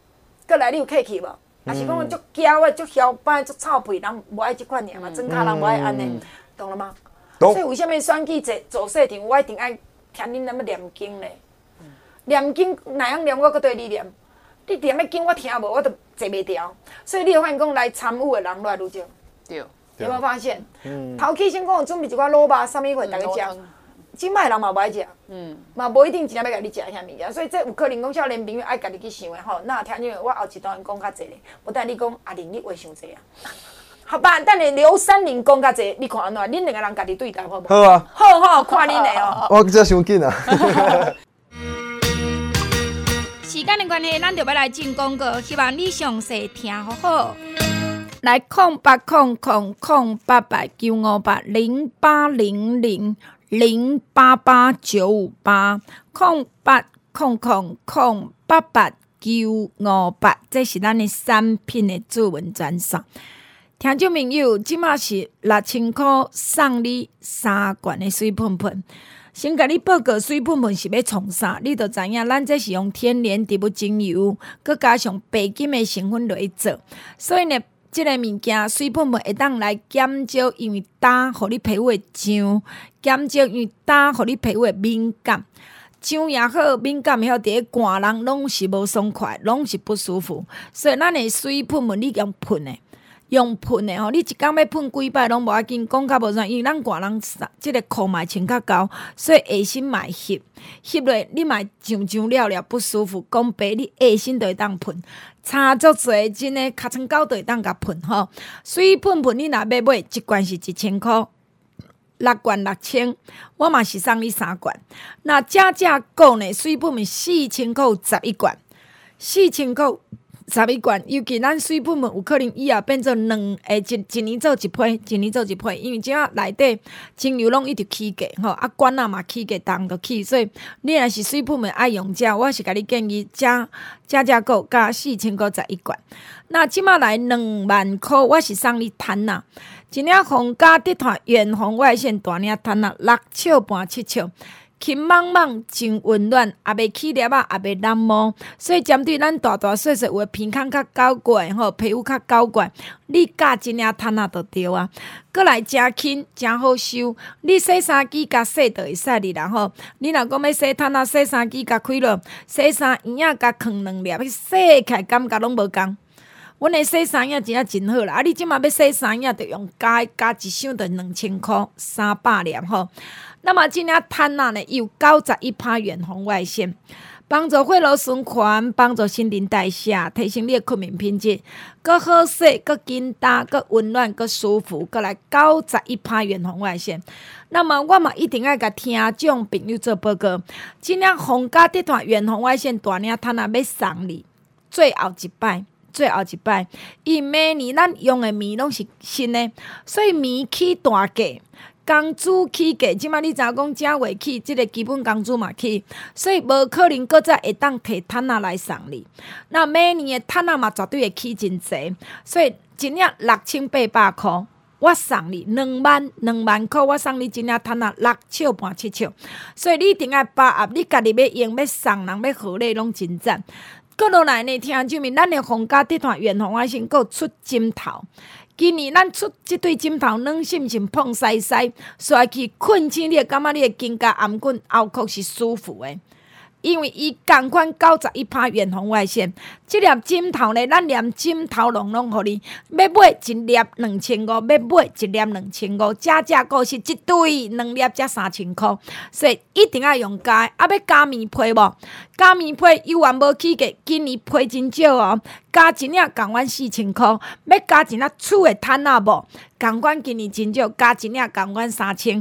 过来你有客气无？也是讲足骄啊、足嚣摆、足臭屁，人无爱即款尔嘛，装卡人无爱安尼，懂了吗？ 懂。 所以为什么选举做社场，我一定爱听恁那么念经咧？念经哪样念，我搁对你念。你念咧经，我听无，我都坐袂牢。所以你会发现讲来参与的人愈来愈少。 对。 有没有发现？头起先讲有准备一寡卤肉、啥物货，大家食。即摆人嘛无爱食，嘛无一定真正要甲你食遐物件，所以这有可能讲少年朋友爱家己去想的吼。那听见我后一段讲较济咧，无等你讲阿玲，你话伤济啊。好吧，等下刘三林讲较济，你看安怎？恁两个人家己对答好无？ 好啊。 好，看恁的哦。 我这伤紧啊。 时间的关系，咱就要来进广告，希望你详细听好好。来0800-958-0800808008898，这是咱的产品的主文专线。听众朋友，即马是6000块送你3罐的水喷喷。先甲你报告水喷喷是要创啥，你就知影，咱这是用天然植物精油，佮加上白金的成分落去做，所以呢，即个物件水喷喷会当来减少因为干，互你皮肤会痒，减少因为干，互你皮肤会敏感。痒也好，敏感也好，伫咧寒人拢是无爽快，拢是不舒服。所以咱的水喷喷，你用喷的。用喷的吼，你一工要喷几摆拢无要紧，讲较无啥，因为咱寒人即个裤嘛穿较高，所以下身嘛会翕落，你嘛痒了不舒服。讲白，你下身就会当喷，差足侪，真诶，尻川狗就会当甲喷吼。水喷喷，你若要买一罐是1000块，6罐6000，我嘛是送你3罐。那正购呢，水喷喷4000块11罐，4000块。11罐，尤其咱水喷喷有可能以后变做一年做一批，因为即仔内底精油拢一直起价吼，啊管啊嘛起价，重就起，所以你若是水喷喷爱用者，我是甲你建议加购加4000块11罐。那即仔来20000块，我是送你毯啊，一领皇家地毯远红外线大领毯啊，6尺半7尺。轻茫茫真温暖，也袂起粒啊，也袂染毛，所以针对咱大细有诶鼻孔较高怪吼，皮肤较高怪，你加一领毯仔就对啊。过来真轻真好收，你洗衫机甲洗就会使哩啦吼。你若讲要洗毯仔，洗衫机甲开落，洗衫衣仔甲放2粒，洗起来感觉拢无共。阮诶洗衫衣真正真好啦，啊！你即马要洗衫衣，就用加一箱就2000块300粒吼。那么这领毯仔呢，有91%远红外线，帮助血流循环，帮助新陈代谢，提升你的睡眠品质，搁好洗，搁紧搭，搁温暖，搁舒服，搁来91%远红外线。那么我嘛一定要甲听众朋友做报告，这领皇家地毯远红外线大领毯仔要送你最后一摆。因每年咱用的棉拢是新的，所以棉起大价，工资起价。即摆你知影讲正月起，即个基本工资嘛起，所以无可能搁再会当摕毯仔来送你。那每年的毯仔嘛绝对会起真济，所以一领6800块，我送你20000块，我送你一领毯仔6尺半7尺，所以你一定要把握，你家己要用要送人要贺礼拢真赞。过落来呢，听证明咱的皇家地毯远红外线佫出枕头。今年咱出即对枕头，软是毋是碰西，刷去困醒，你会感觉你的肩胛颔骨后壳是舒服的。因为伊同款91%远红外线，即粒枕头呢，咱连枕头拢互你，要买一粒2500，要买一粒2500，加购是一对2粒才3000块，所以一定要用加。啊，要加棉被无？加棉被有完无起价，今年被真少哦，加一领共阮4000块，要加一领厝的毯仔无？共阮今年真少，加一领共阮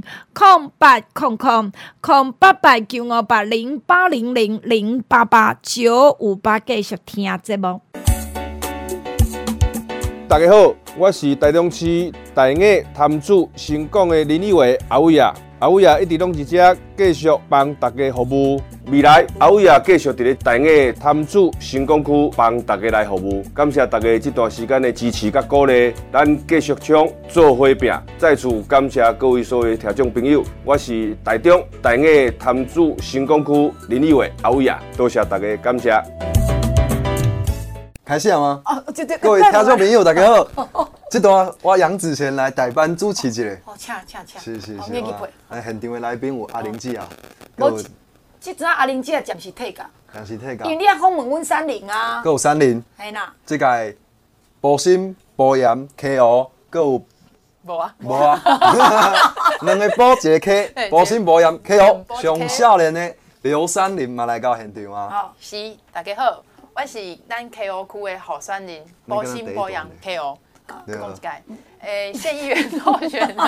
3000。0800-958-0800088，958继续听节目。 大家好，我是台中市大雅潭子成功的林立伟阿伟啊。阿伟啊，一直拢是只继续帮大家服务。未来阿伟啊，继续伫咧大雅潭子成功区帮大家来服务。感谢大家这段时间的支持甲鼓励，咱继续冲做伙拼。再次感谢各位所有听众朋友，我是台中大雅潭子成功区林立伟阿伟啊，多谢大家感谢。 开始了吗？ 哦，对， 各位听众朋友，大家好。这段我杨子贤来代班主持一下。 哦，请。 是。 愿意配。 来现场的来宾有阿玲姐啊。 无，这阵阿玲姐暂时退假。 暂时退假。 因为你也访问阮山林啊。 还有山林。 系啦。 这个保心、保盐、KO， 还有。 无啊。 两个保一个 K， 保心、保盐、KO， 上少年的刘山林嘛来到现场啊。 好，是大家好，我是咱 KO 区的候选人，保心保养 KO。讲一届，县议员候选人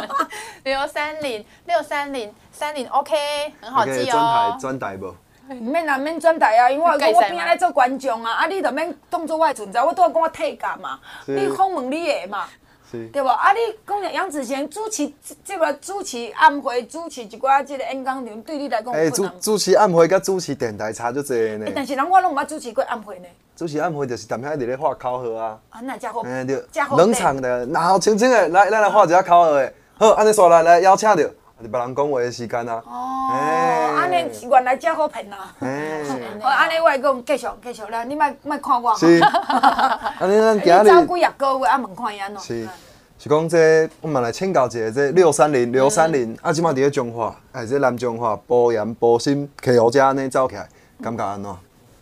630 OK， 很好记哦。 转台无？ 免转台啊，因为我边仔咧做观众啊，你就免当作我的存在，我拄仔讲我退假嘛，你访问你的嘛。对无？啊，你讲杨子贤主持这个主持暗会，主持一寡这个演讲场，对你来讲困难。 主持暗会甲主持电台差足济呢。 但是我拢毋捌主持过暗会呢。 主持暗会就是踮遐伫咧画口号啊。 啊，那才好。 对。冷场的，然后轻轻的来，咱来画一下口号的。好，安尼煞来邀请着，是别人讲话的时间啊。 哦，安尼原来才好骗啊。好，安尼我会讲继续来，你莫看我。 是。安尼咱今日。 你走几啊个月啊？问看伊安怎？ 是讲这，我们来请教一下这630刘山林，啊，即马伫咧中华，这南中华保盐保心KO遮安尼走起来，感觉安怎？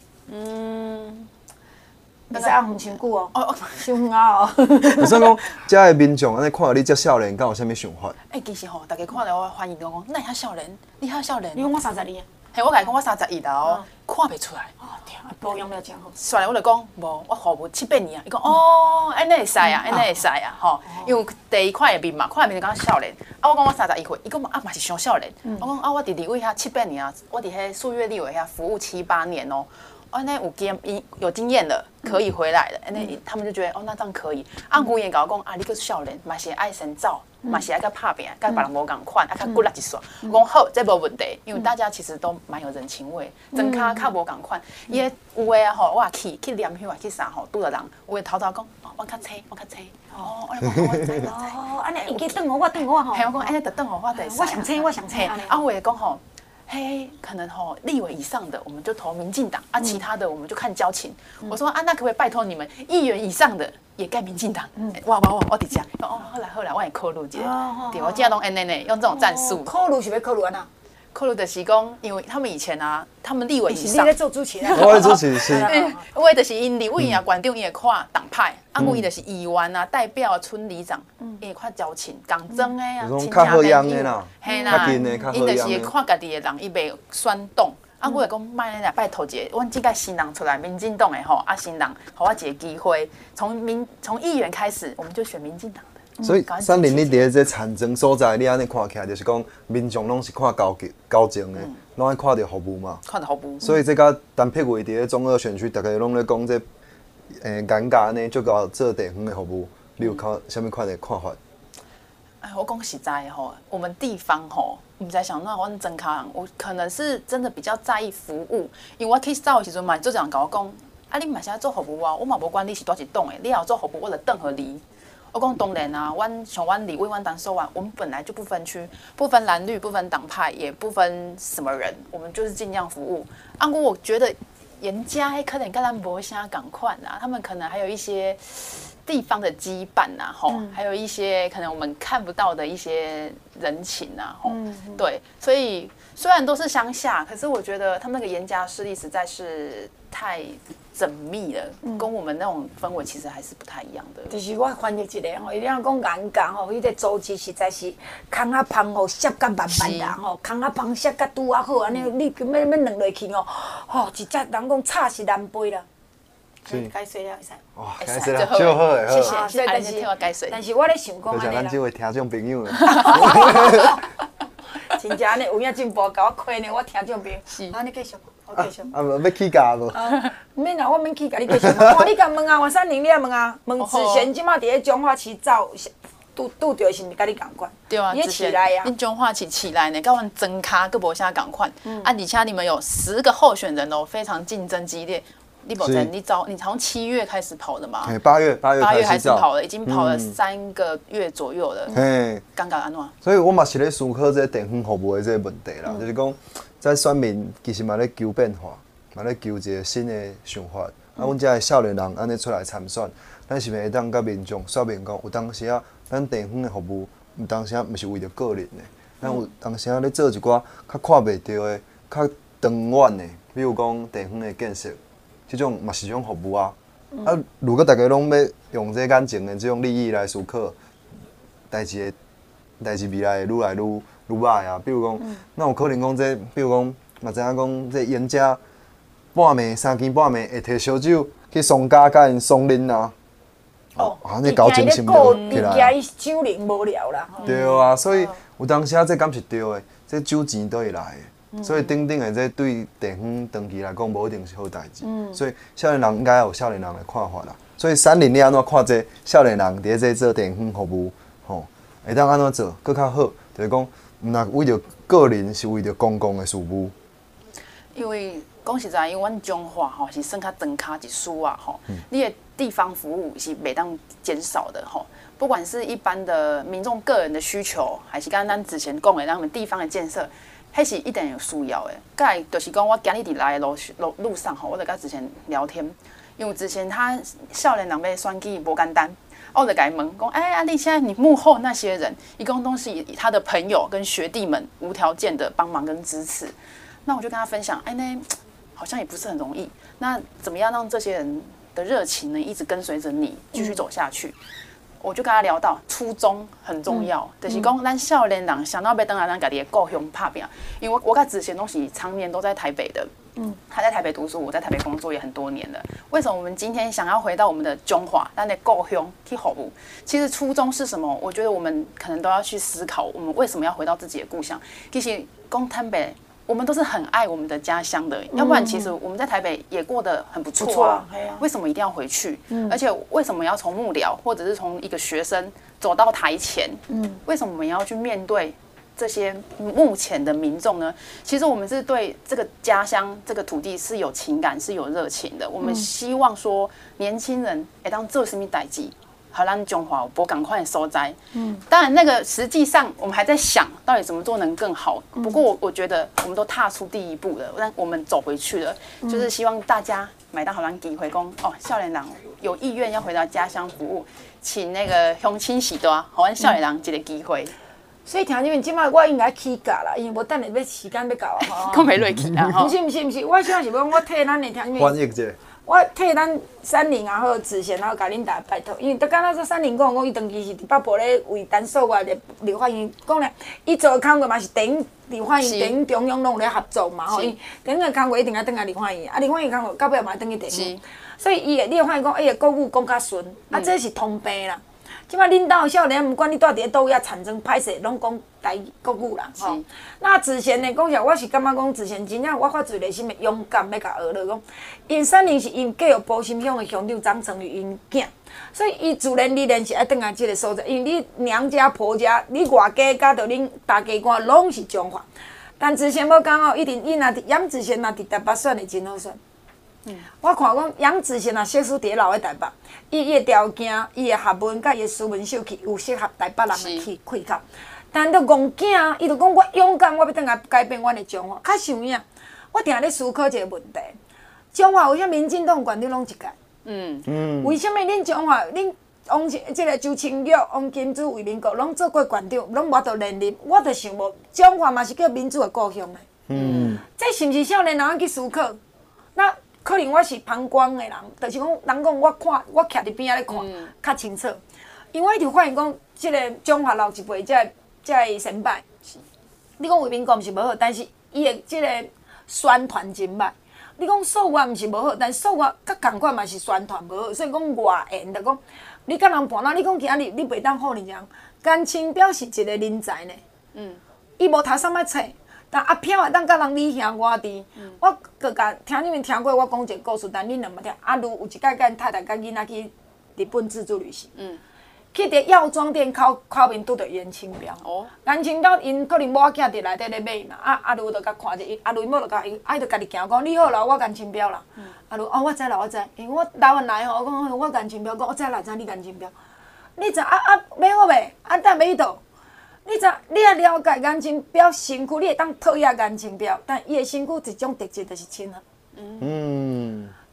袂使按远伤久哦，伤远哦。 就算讲，遮的民众安尼看到你遮少年，敢有啥物想法？ 其实大家看到我欢迎我讲，那遐少年，你遐少年。 你讲我32。 嘿，我甲伊讲我31啦哦，看袂出来。 保养了真好。 算了，我就讲无，我服务7、8年啊。伊讲哦，安尼会使啊，安尼会使啊，吼。因为第一看会面嘛，看会面就讲少年。啊，我讲我31岁，伊讲嘛是上少年。我讲啊，我伫立委遐7、8年啊，我伫迄数月立委遐服务7、8年哦。安尼有经验了，可以回来了。安尼他们就觉得哦，那这样可以。按古言甲我讲啊，你个少年嘛是爱深造，嘛是爱甲拍拼，甲别人无共款，啊较骨力一撮。我讲好，这无问题，因为大家其实都蛮有人情味，真卡较无共款。伊有诶啊吼，我也去念书啊，去啥吼，拄着人，有诶偷偷讲，我较差。哦，我知。 哦，安尼伊去等我吼。 嘿，我讲安尼就等我就会使。 我想猜。 啊，我也讲吼。嘿，可能立委以上的我们就投民进党啊，其他的我们就看交情。我说啊，那可不可以拜托你们议员以上的也盖民进党？哇，我伫遮。哦，后来我也考虑一下，对我今仔拢安尼呢，用这种战术。 考虑是要考虑安怎？ 考虑就是讲，因为他们以前啊，他们立委以上。 你咧做主持人？ 我咧主持是。 我就是因立委啊，县长伊会看党派，啊，有伊就是议员啊、代表、村里长，伊会看交情、共争的啊，亲戚朋友，嘿啦，因就是会看家己的人，伊袂选党。啊，我会讲卖咧来拜托一下，阮即个新人出来，民进党的吼，啊新人，互我一个机会，从议员开始，我们就选民进党的。 所以山林，你伫咧这产争所在，你安尼看起来，就是讲民众拢是看交情的，拢爱看到服务嘛。 看到服务。 所以这个陈佩慧伫咧中二选区，大家拢咧讲这尴尬呢，就搞做地方的服务，你有啥物款的看法？ 哎，我讲实在的吼，我们地方吼，唔知想那阮真卡人，我可能是真的比较在意服务，因为我去走的时阵嘛，做人甲我讲，啊，你嘛是爱做服务啊，我嘛无管你是叨一栋的，你要做服务，我就等和你。我讲当然啊，阮立委、阮当首长，我们本来就不分区，不分蓝绿，不分党派，也不分什么人，我们就是尽量服务。按过我觉得，人家可能跟咱无啥共款啊，他们可能还有一些地方的羁绊呐，吼，还有一些可能我们看不到的一些人情呐，吼，对，所以虽然都是乡下，可是我觉得他们那个严家势力实在是太缜密了，跟我们那种氛围其实还是不太一样的。 就是我翻译一个吼，伊讲严家吼，伊个组织实在是空啊芳吼，摄甲万人吼，空啊芳摄甲拄啊好，安尼你要两落去哦，吼，一只人讲差是难背啦。解说了会使。 哇，解说了，就好诶， 好。谢谢，但是听我解说。 但是我咧想讲安尼啦。 多谢咱这位听众朋友啦。 真正安尼有影进步，甲我亏呢，我听众朋友。是。啊，你继续。继续。 啊，要起价无？ 免啦，我免起价，你继续。哇，你甲问啊，王山林，你也问啊，问子贤即马伫咧中华市走，拄着是毋是甲你共款？ 对啊， 起来呀。 恁中华市起来呢，甲阮增卡佫无啥共款。啊，而且你们有10个候选人哦，非常竞争激烈。你保证你从7月开始跑的嘛 ？8月开始跑了，已经跑了3个月左右了。嘿，尴尬安怎？ 所以我嘛是咧思考这地方服务的这个问题啦，就是讲，在选民其实嘛咧求变化，嘛咧求一个新的想法， 阮遮的少年人安尼出来参选，咱是会当甲民众说明讲，有当时啊，咱地方的服务，有当时啊，毋是为着个人的，咱有当时啊咧做一寡较看袂到的、较长远的，比如讲地方的建设，即种嘛是一种服务啊。啊，如果大家拢要用这眼前的这种利益来思考，代志未来会愈来愈歹啊。比如讲，那有可能讲这，比如讲，嘛知影讲这演者半暝3更半暝会摕烧酒去松家甲因松啉啊。安尼交情是毋对起来啊。 伊酒龄无聊啦。 对啊，所以有当时啊，这敢是对的，这酒钱倒会来的。所以等等的这对地方长期来讲，无一定是好代志。所以少年人应该有少年人的看法啦。所以3林你安怎看这少年人伫这做地方服务，吼，会当安怎做更较好？就是讲，毋若为着个人，是为着公共的事务。 因为讲实在，因为阮中华吼是算较长卡一丝啊吼，你的地方服务是袂当减少的吼。不管是一般的民众个人的需求，还是刚刚咱之前讲的咱们地方的建设。迄是一定有需要的。再来就是讲，我今日伫来的路上吼，我就甲之前聊天，因为之前他少年人要选举无简单，我就甲伊问讲，哎呀，你现在你幕后那些人，一共都是他的朋友跟学弟们无条件的帮忙跟支持。那我就跟他分享，哎，那好像也不是很容易。那怎么样让这些人的热情呢，一直跟随着你继续走下去？我就跟他聊到初衷很重要，就是讲咱少年人想到要当来咱家己的故乡打拼，因为我跟之前都是常年都在台北的，他在台北读书，我在台北工作也很多年了。为什么我们今天想要回到我们的中华，咱的故乡去服务？其实初衷是什么？我觉得我们可能都要去思考，我们为什么要回到自己的故乡？其实讲台北。我们都是很爱我们的家乡的，要不然其实我们在台北也过得很不错啊。为什么一定要回去？而且为什么要从幕僚或者是从一个学生走到台前？为什么我们要去面对这些目前的民众呢？其实我们是对这个家乡、这个土地是有情感、是有热情的。我们希望说，年轻人当做什么代志？好，咱中华有赶快收摘。当然那个实际上我们还在想到底怎么做能更好。不过我觉得我们都踏出第一步了，但我们走回去了，就是希望大家买到好咱机会，讲哦，少年人有意愿要回到家乡服务，请那个乡亲时代，好咱少年人一个机会。 所以听你们即摆我应该起价啦，因为无等下要时间要到啊。 讲袂落去啦吼。 不是，我想是讲我替咱的听你们。 翻译者。 我替咱三林也好，子贤也好，甲恁大家拜托，因为刚刚说三林讲伊长期是伫北部咧为单数外的立法院讲咧，伊做的工作嘛是电影立法院、电影中央拢有咧合作嘛吼，因电影的工作一定要转来立法院，啊立法院工作到尾嘛转去电影，所以伊的立法院讲伊的国语讲较顺，啊这是通病啦。即摆恁兜少年，毋管你住伫咧倒遐产生歹势，拢讲台国语啦吼。那之前呢，讲实我是感觉讲之前真正我发自内心的勇敢要甲学了讲，因三年是因教育保心乡的乡长张成宇因囝，所以伊自然而然是爱转来即个所在，因为你娘家婆家，你外家甲到恁大家官拢是中华。但之前要讲哦，一定伊若杨子贤若伫台北选的真好选。我看讲杨子贤若小叔伫留喺台北，伊的条件、伊的学问、甲伊的斯文秀气，有适合台北人的气开口。但着戆囝，伊就讲我勇敢，我要转来改变阮的中华。较像影，我定咧思考一个问题：中华为啥民进党管长拢一届？为什么恁中华恁即个周清玉、王金珠为民国拢做过馆长，拢无得连任？我着想无，中华嘛是叫民主的故乡诶。这是毋是少年人去思考？那可能我是旁观的人，就是讲人讲我看，我徛伫边仔咧看，较清楚。因为我一直发现讲，即个中华老一辈才会成败。你讲为民国毋是无好，但是伊的即个宣传真歹。你讲数学毋是无好，但数学甲共款嘛是宣传无好，所以讲外延就讲，你甲人盘那，你讲今日你袂当好人样。甘青标是一个人才呢，伊无读啥物册。但阿飘会当甲人你兄我弟，我个甲听你们听过我讲一个故事，但恁若无听。阿如有一摆，甲因太太甲囡仔去日本自助旅行，去伫药妆店口面拄着严清标。严清标因可能某仔囝伫内底咧买嘛，阿如就甲看者，阿如某就甲伊，伊就家己行讲，你好啦，我严清标啦。阿如我知啦，我知，因为我台湾来吼，我讲我严清标，讲我知啦，知你严清标。你知要好未？等要去倒？你知，你也了解颜清标身躯，你会当讨厌颜清标，但伊的身躯一种特质就是亲和。你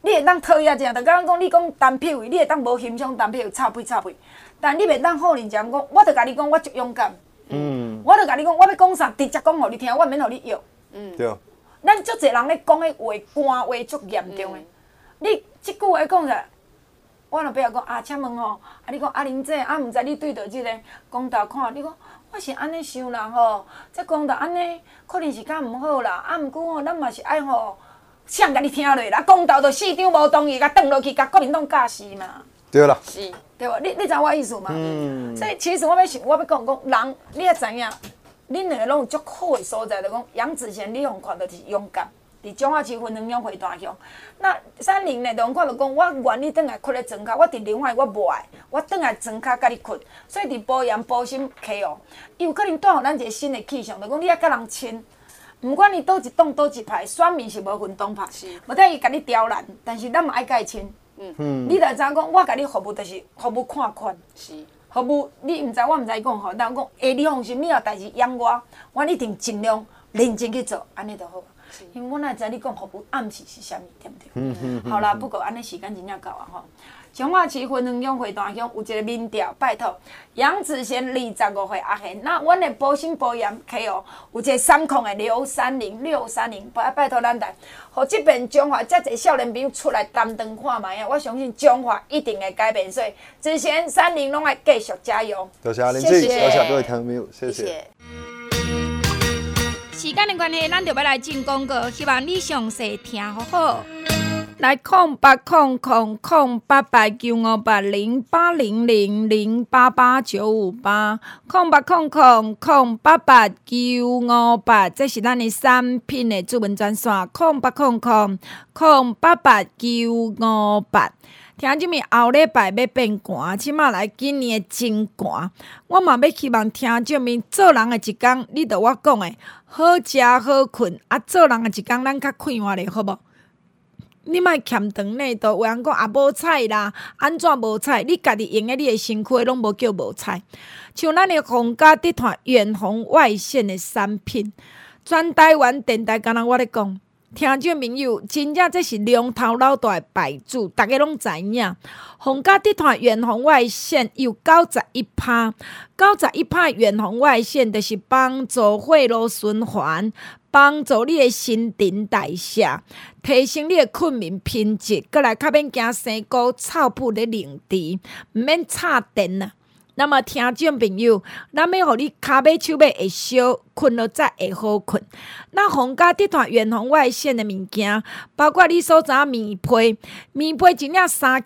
你会当讨厌者，就讲你讲单屁位，你会当无欣赏单屁位臭屁，但你袂当好人讲，我著甲你讲，我足勇敢。我著甲你讲，我要讲啥，直接讲互你听，我免互你摇。 对。 咱足侪人咧讲的话，官话足严重的。你即句话讲者，我若比如讲啊，请问吼，啊你讲阿玲姐，啊毋知你对着即个公道看，你讲我是安尼想啦吼，这公道安尼可能是较毋好啦，啊毋过吼，咱嘛是爱吼，谁甲你听落啦？公道就市长无同意，甲转落去，甲国民党教死嘛。 对啦。 是。 对无？你知我意思吗？所以其实我要讲人，你也知影。恁两个拢有足好的所在，就讲杨子贤，你互看就是勇敢，伫彰化市分两乡会大乡。那三林呢，就看到讲，我愿意转来困咧庄脚，我伫另外我无爱，我转来庄脚甲你困。所以伫保盐保心溪哦，伊有可能带互咱一个新的气象，就讲你爱甲人亲，毋管你倒一党倒一派，选民是无分党派，无等伊甲你刁难，但是咱嘛爱甲伊亲。你就知影讲，我甲你服务就是服务看宽。 是。 服务你毋知，我毋知讲吼，但讲下你放心，你若代志养我一定尽量认真去做，安尼就好。因为我哪会知你讲服务暗示是啥物，对毋对？好啦，不过安尼时间真正到啊吼。彰化市分两乡会大乡有一个民调，拜托杨子贤25岁阿贤，那阮的保心保盐溪哦，有一个3控的630，拜托咱来，互即边彰化遮侪少年朋友出来担当看卖啊！我相信彰化一定会改变，所以子贤30拢爱继续加油。 多谢阿玲姐，多谢各位听众朋友，谢谢。 时间的关系，咱就要来进广告，希望你详细听好好。来0800-088-958，0800-088-958，这是咱的产品的主文专线0800-088-958。听即面后礼拜要变寒，即马来今年的真寒，我嘛要希望听即面做人的一天，你着我讲的好食好困，啊做人的一天咱较快活咧，好无？你莫欠长内度，有人讲啊无彩啦，安怎无彩？你家己用的你的身躯拢无叫无彩。像咱的皇家集团远红外线的产品，全台湾电台敢若我咧讲，听众朋友，真正这是龙头老大的牌子，大家拢知影。皇家集团远红外线有91%远红外线，就是帮助血路循环。帮助你的新陈代谢，提升你的困眠品质，过来较免惊生菇臭噗咧凝池，毋免插电啊。那么听众朋友，咱要互你骹尾手尾会烧，困了才会好困。那皇家集团远红外线的物件，包括你所知棉被一领3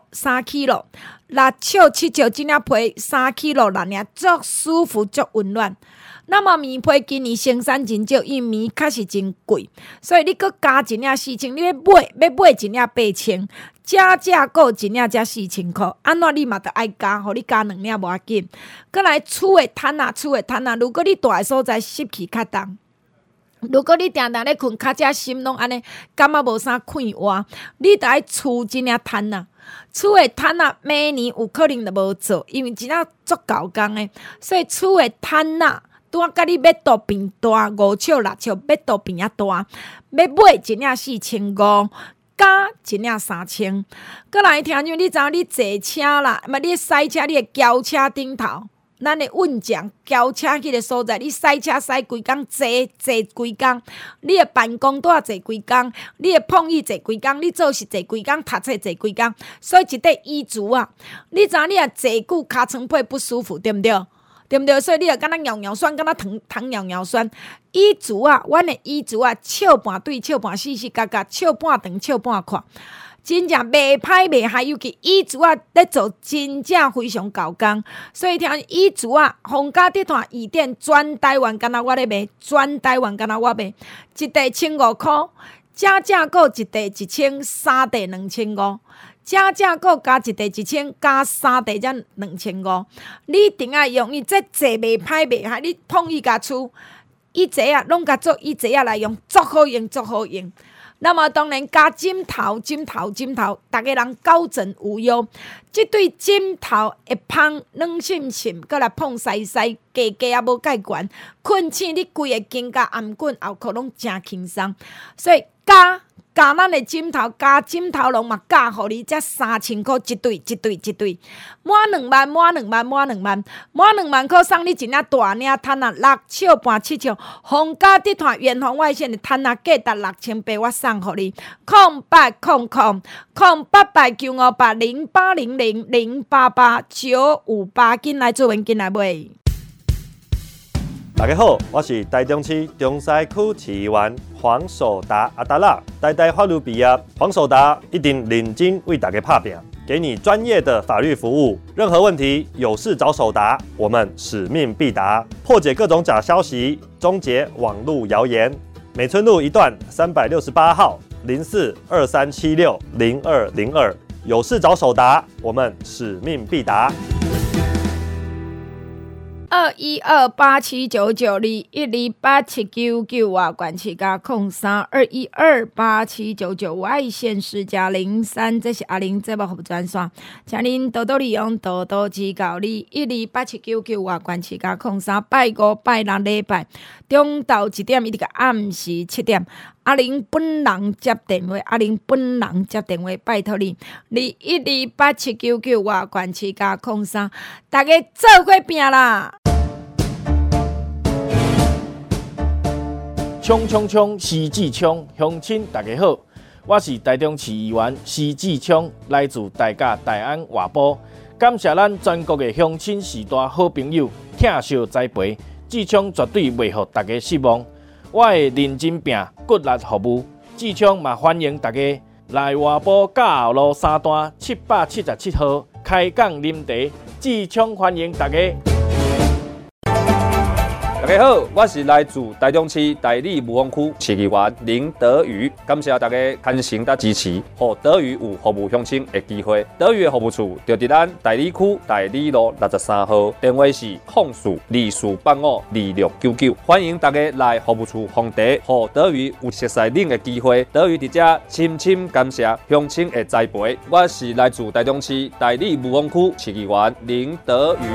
kg，六尺7尺一领被3 kg 啦，尔足舒服足温暖。那么棉被今年生产真少，因为棉确实真贵，所以你搁加一领4000，你要买一领8000，价购一领才4000块，安怎你嘛得爱加，互你加2领无要紧。搁来厝的毯啊，如果你住的所在湿气较重，如果你定定咧困，较只心拢安尼，感觉无啥快活，你得爱厝一领毯啊。厝的毯啊，每年有可能就无做，因为真正足够工的，所以厝的毯啊。拄啊，甲你要肚变大，5尺6尺，要肚变啊大，要买一领4500，加一领3000。搁来听像你知影，你坐车啦，你驶车，你的轿车顶头，咱的运将轿车迄个所在，你驶车驶规工，坐规工，你的办公桌坐规工，你的碰椅坐规工，你做事坐规工，读册坐规工，所以一块椅子啊，你知影你若坐久，尻川背不舒服，对毋对？对毋对？所以你著敢若尿酸，敢若糖尿酸。椅子啊，阮的椅子啊，笑半对笑半死死角角，笑半长笑半阔，真正袂歹袂害。尤其椅子啊，咧做真正非常高工。所以听椅子啊，皇家集团椅垫全台湾敢若我咧卖，全台湾敢若我卖，一袋1500块，价购一袋1000，三袋2500。价购加一袋1000，加3袋才2500。你一定要用，伊这坐袂歹袂害，你碰伊甲厝椅座啊，拢甲做椅座啊来用，足好用。那么当然加枕头，逐个人高枕无忧。即对枕头会芳软沁，搁来碰西，价也无介悬，困醒你规个肩胛颔棍后壳拢真轻松，所以加加咱的枕头，加枕头拢嘛加互你，才3000块一对，满2万，满2万块送你一领大领毯啊，6尺半7尺，皇家地毯远红外线的毯啊，价值6800，我送互你，0800-0800-0800-0888-958，紧来做文，紧来买。 大家好，我是台中市中西区市议员黄守达阿达拉。台大法律毕业，黄守达一定认真为大家拍拼，给你专业的法律服务。任何问题有事找守达，我们使命必达，破解各种假消息，终结网络谣言。美村路一段368号0423760202，有事找守达，我们使命必达。 212879921287799外管市加0321287799外县市加03，这是阿玲节目服务专线，请您多多利用，多多指教。2128799外管市加03，拜5拜6礼拜中昼1点一直到暗时7点。阿玲本人接电话，拜托你，2128799外管市加03，大家做伙拼啦！ 冲冲冲！徐志昌，乡亲大家好，我是台中市议员徐志昌，来自大甲大安外埔，感谢咱全国的乡亲时代好朋友疼惜栽培，志昌绝对袂互大家失望。我会认真拼，骨力服务。志昌嘛欢迎大家来外埔嘉后路3段777号开讲啉茶。志昌欢迎大家。 大家好，我是来自台中市大理武丰区市议员林德宇，感谢大家牵诚甲支持，让德宇有服务乡亲的机会。德宇的服务处就伫咱大理区大理路63号，电话是0484852699，欢迎大家来服务处访茶，让德宇有熟悉恁的机会。德宇伫遮深深感谢乡亲的栽培。我是来自台中市大理武丰区市议员林德宇。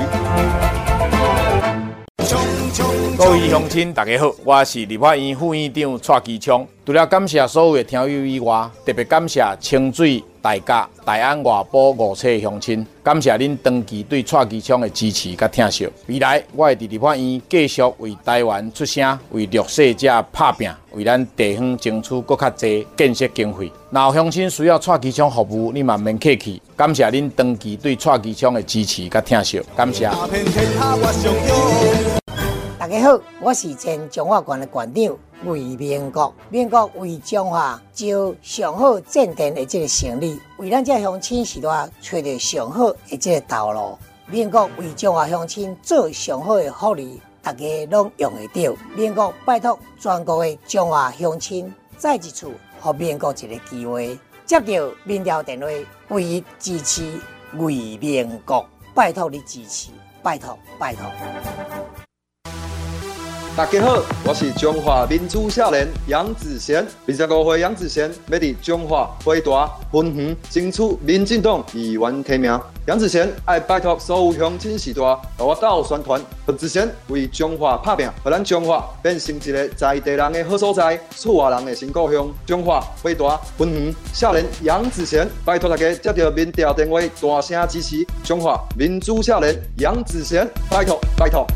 各位乡亲，大家好，我是立法院副院长蔡其昌。除了感谢所有的听友以外，特别感谢清水、大甲、大安外埔5处的乡亲，感谢恁长期对蔡其昌的支持甲疼惜。未来我会伫立法院继续为台湾出声，为弱势者拍拼，为咱地方争取更较侪建设经费。若有乡亲需要蔡其昌服务，你嘛免客气。感谢恁长期对蔡其昌的支持甲疼惜，感谢。 大家好，我是前中华县的县长魏明国。民国为中华招上好建电的这个成立，为咱这乡亲时代找到上好的这个道路。民国为中华乡亲做上好的福利，大家拢用得到。民国拜托全国的中华乡亲，再一次给民国一个机会，接到民调电话，唯一支持魏明国，拜托你支持，拜托拜托。 大家好，我是中华民主少年杨子贤。25岁杨子贤要伫中华回大分园争取民进党议员提名。杨子贤爱拜托所有乡亲时代，和我斗宣传，让子贤为中华拍拼，让咱中华变成一个在地人的好所在，厝外人的新故乡。中华回大分园少年杨子贤，拜托大家接到民调电话，大声支持中华民主少年杨子贤，拜托拜托。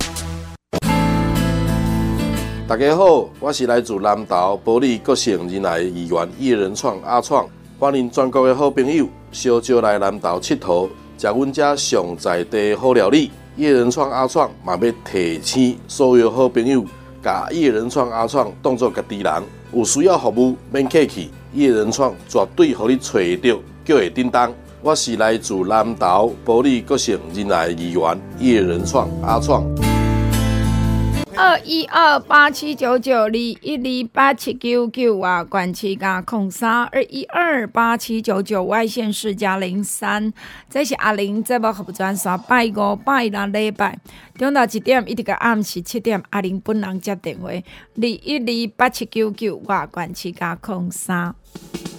大家好，我是来自南投保利国省人来议员叶仁创阿创，欢迎全国的好朋友小招来南投佚佗，食阮遮上在地好料理。叶仁创阿创嘛要提醒所有好朋友，把叶仁创阿创当作家己人，有需要服务免客气，叶仁创绝对互你找到，叫会叮当。我是来自南投保利国省人来议员叶仁创阿创。 212879921287799外管市加0321287799外县市加03，这是阿玲节目服务专线，拜5拜6礼拜中昼1点一直到暗时7点，阿玲本人接电话2128799外管市加03。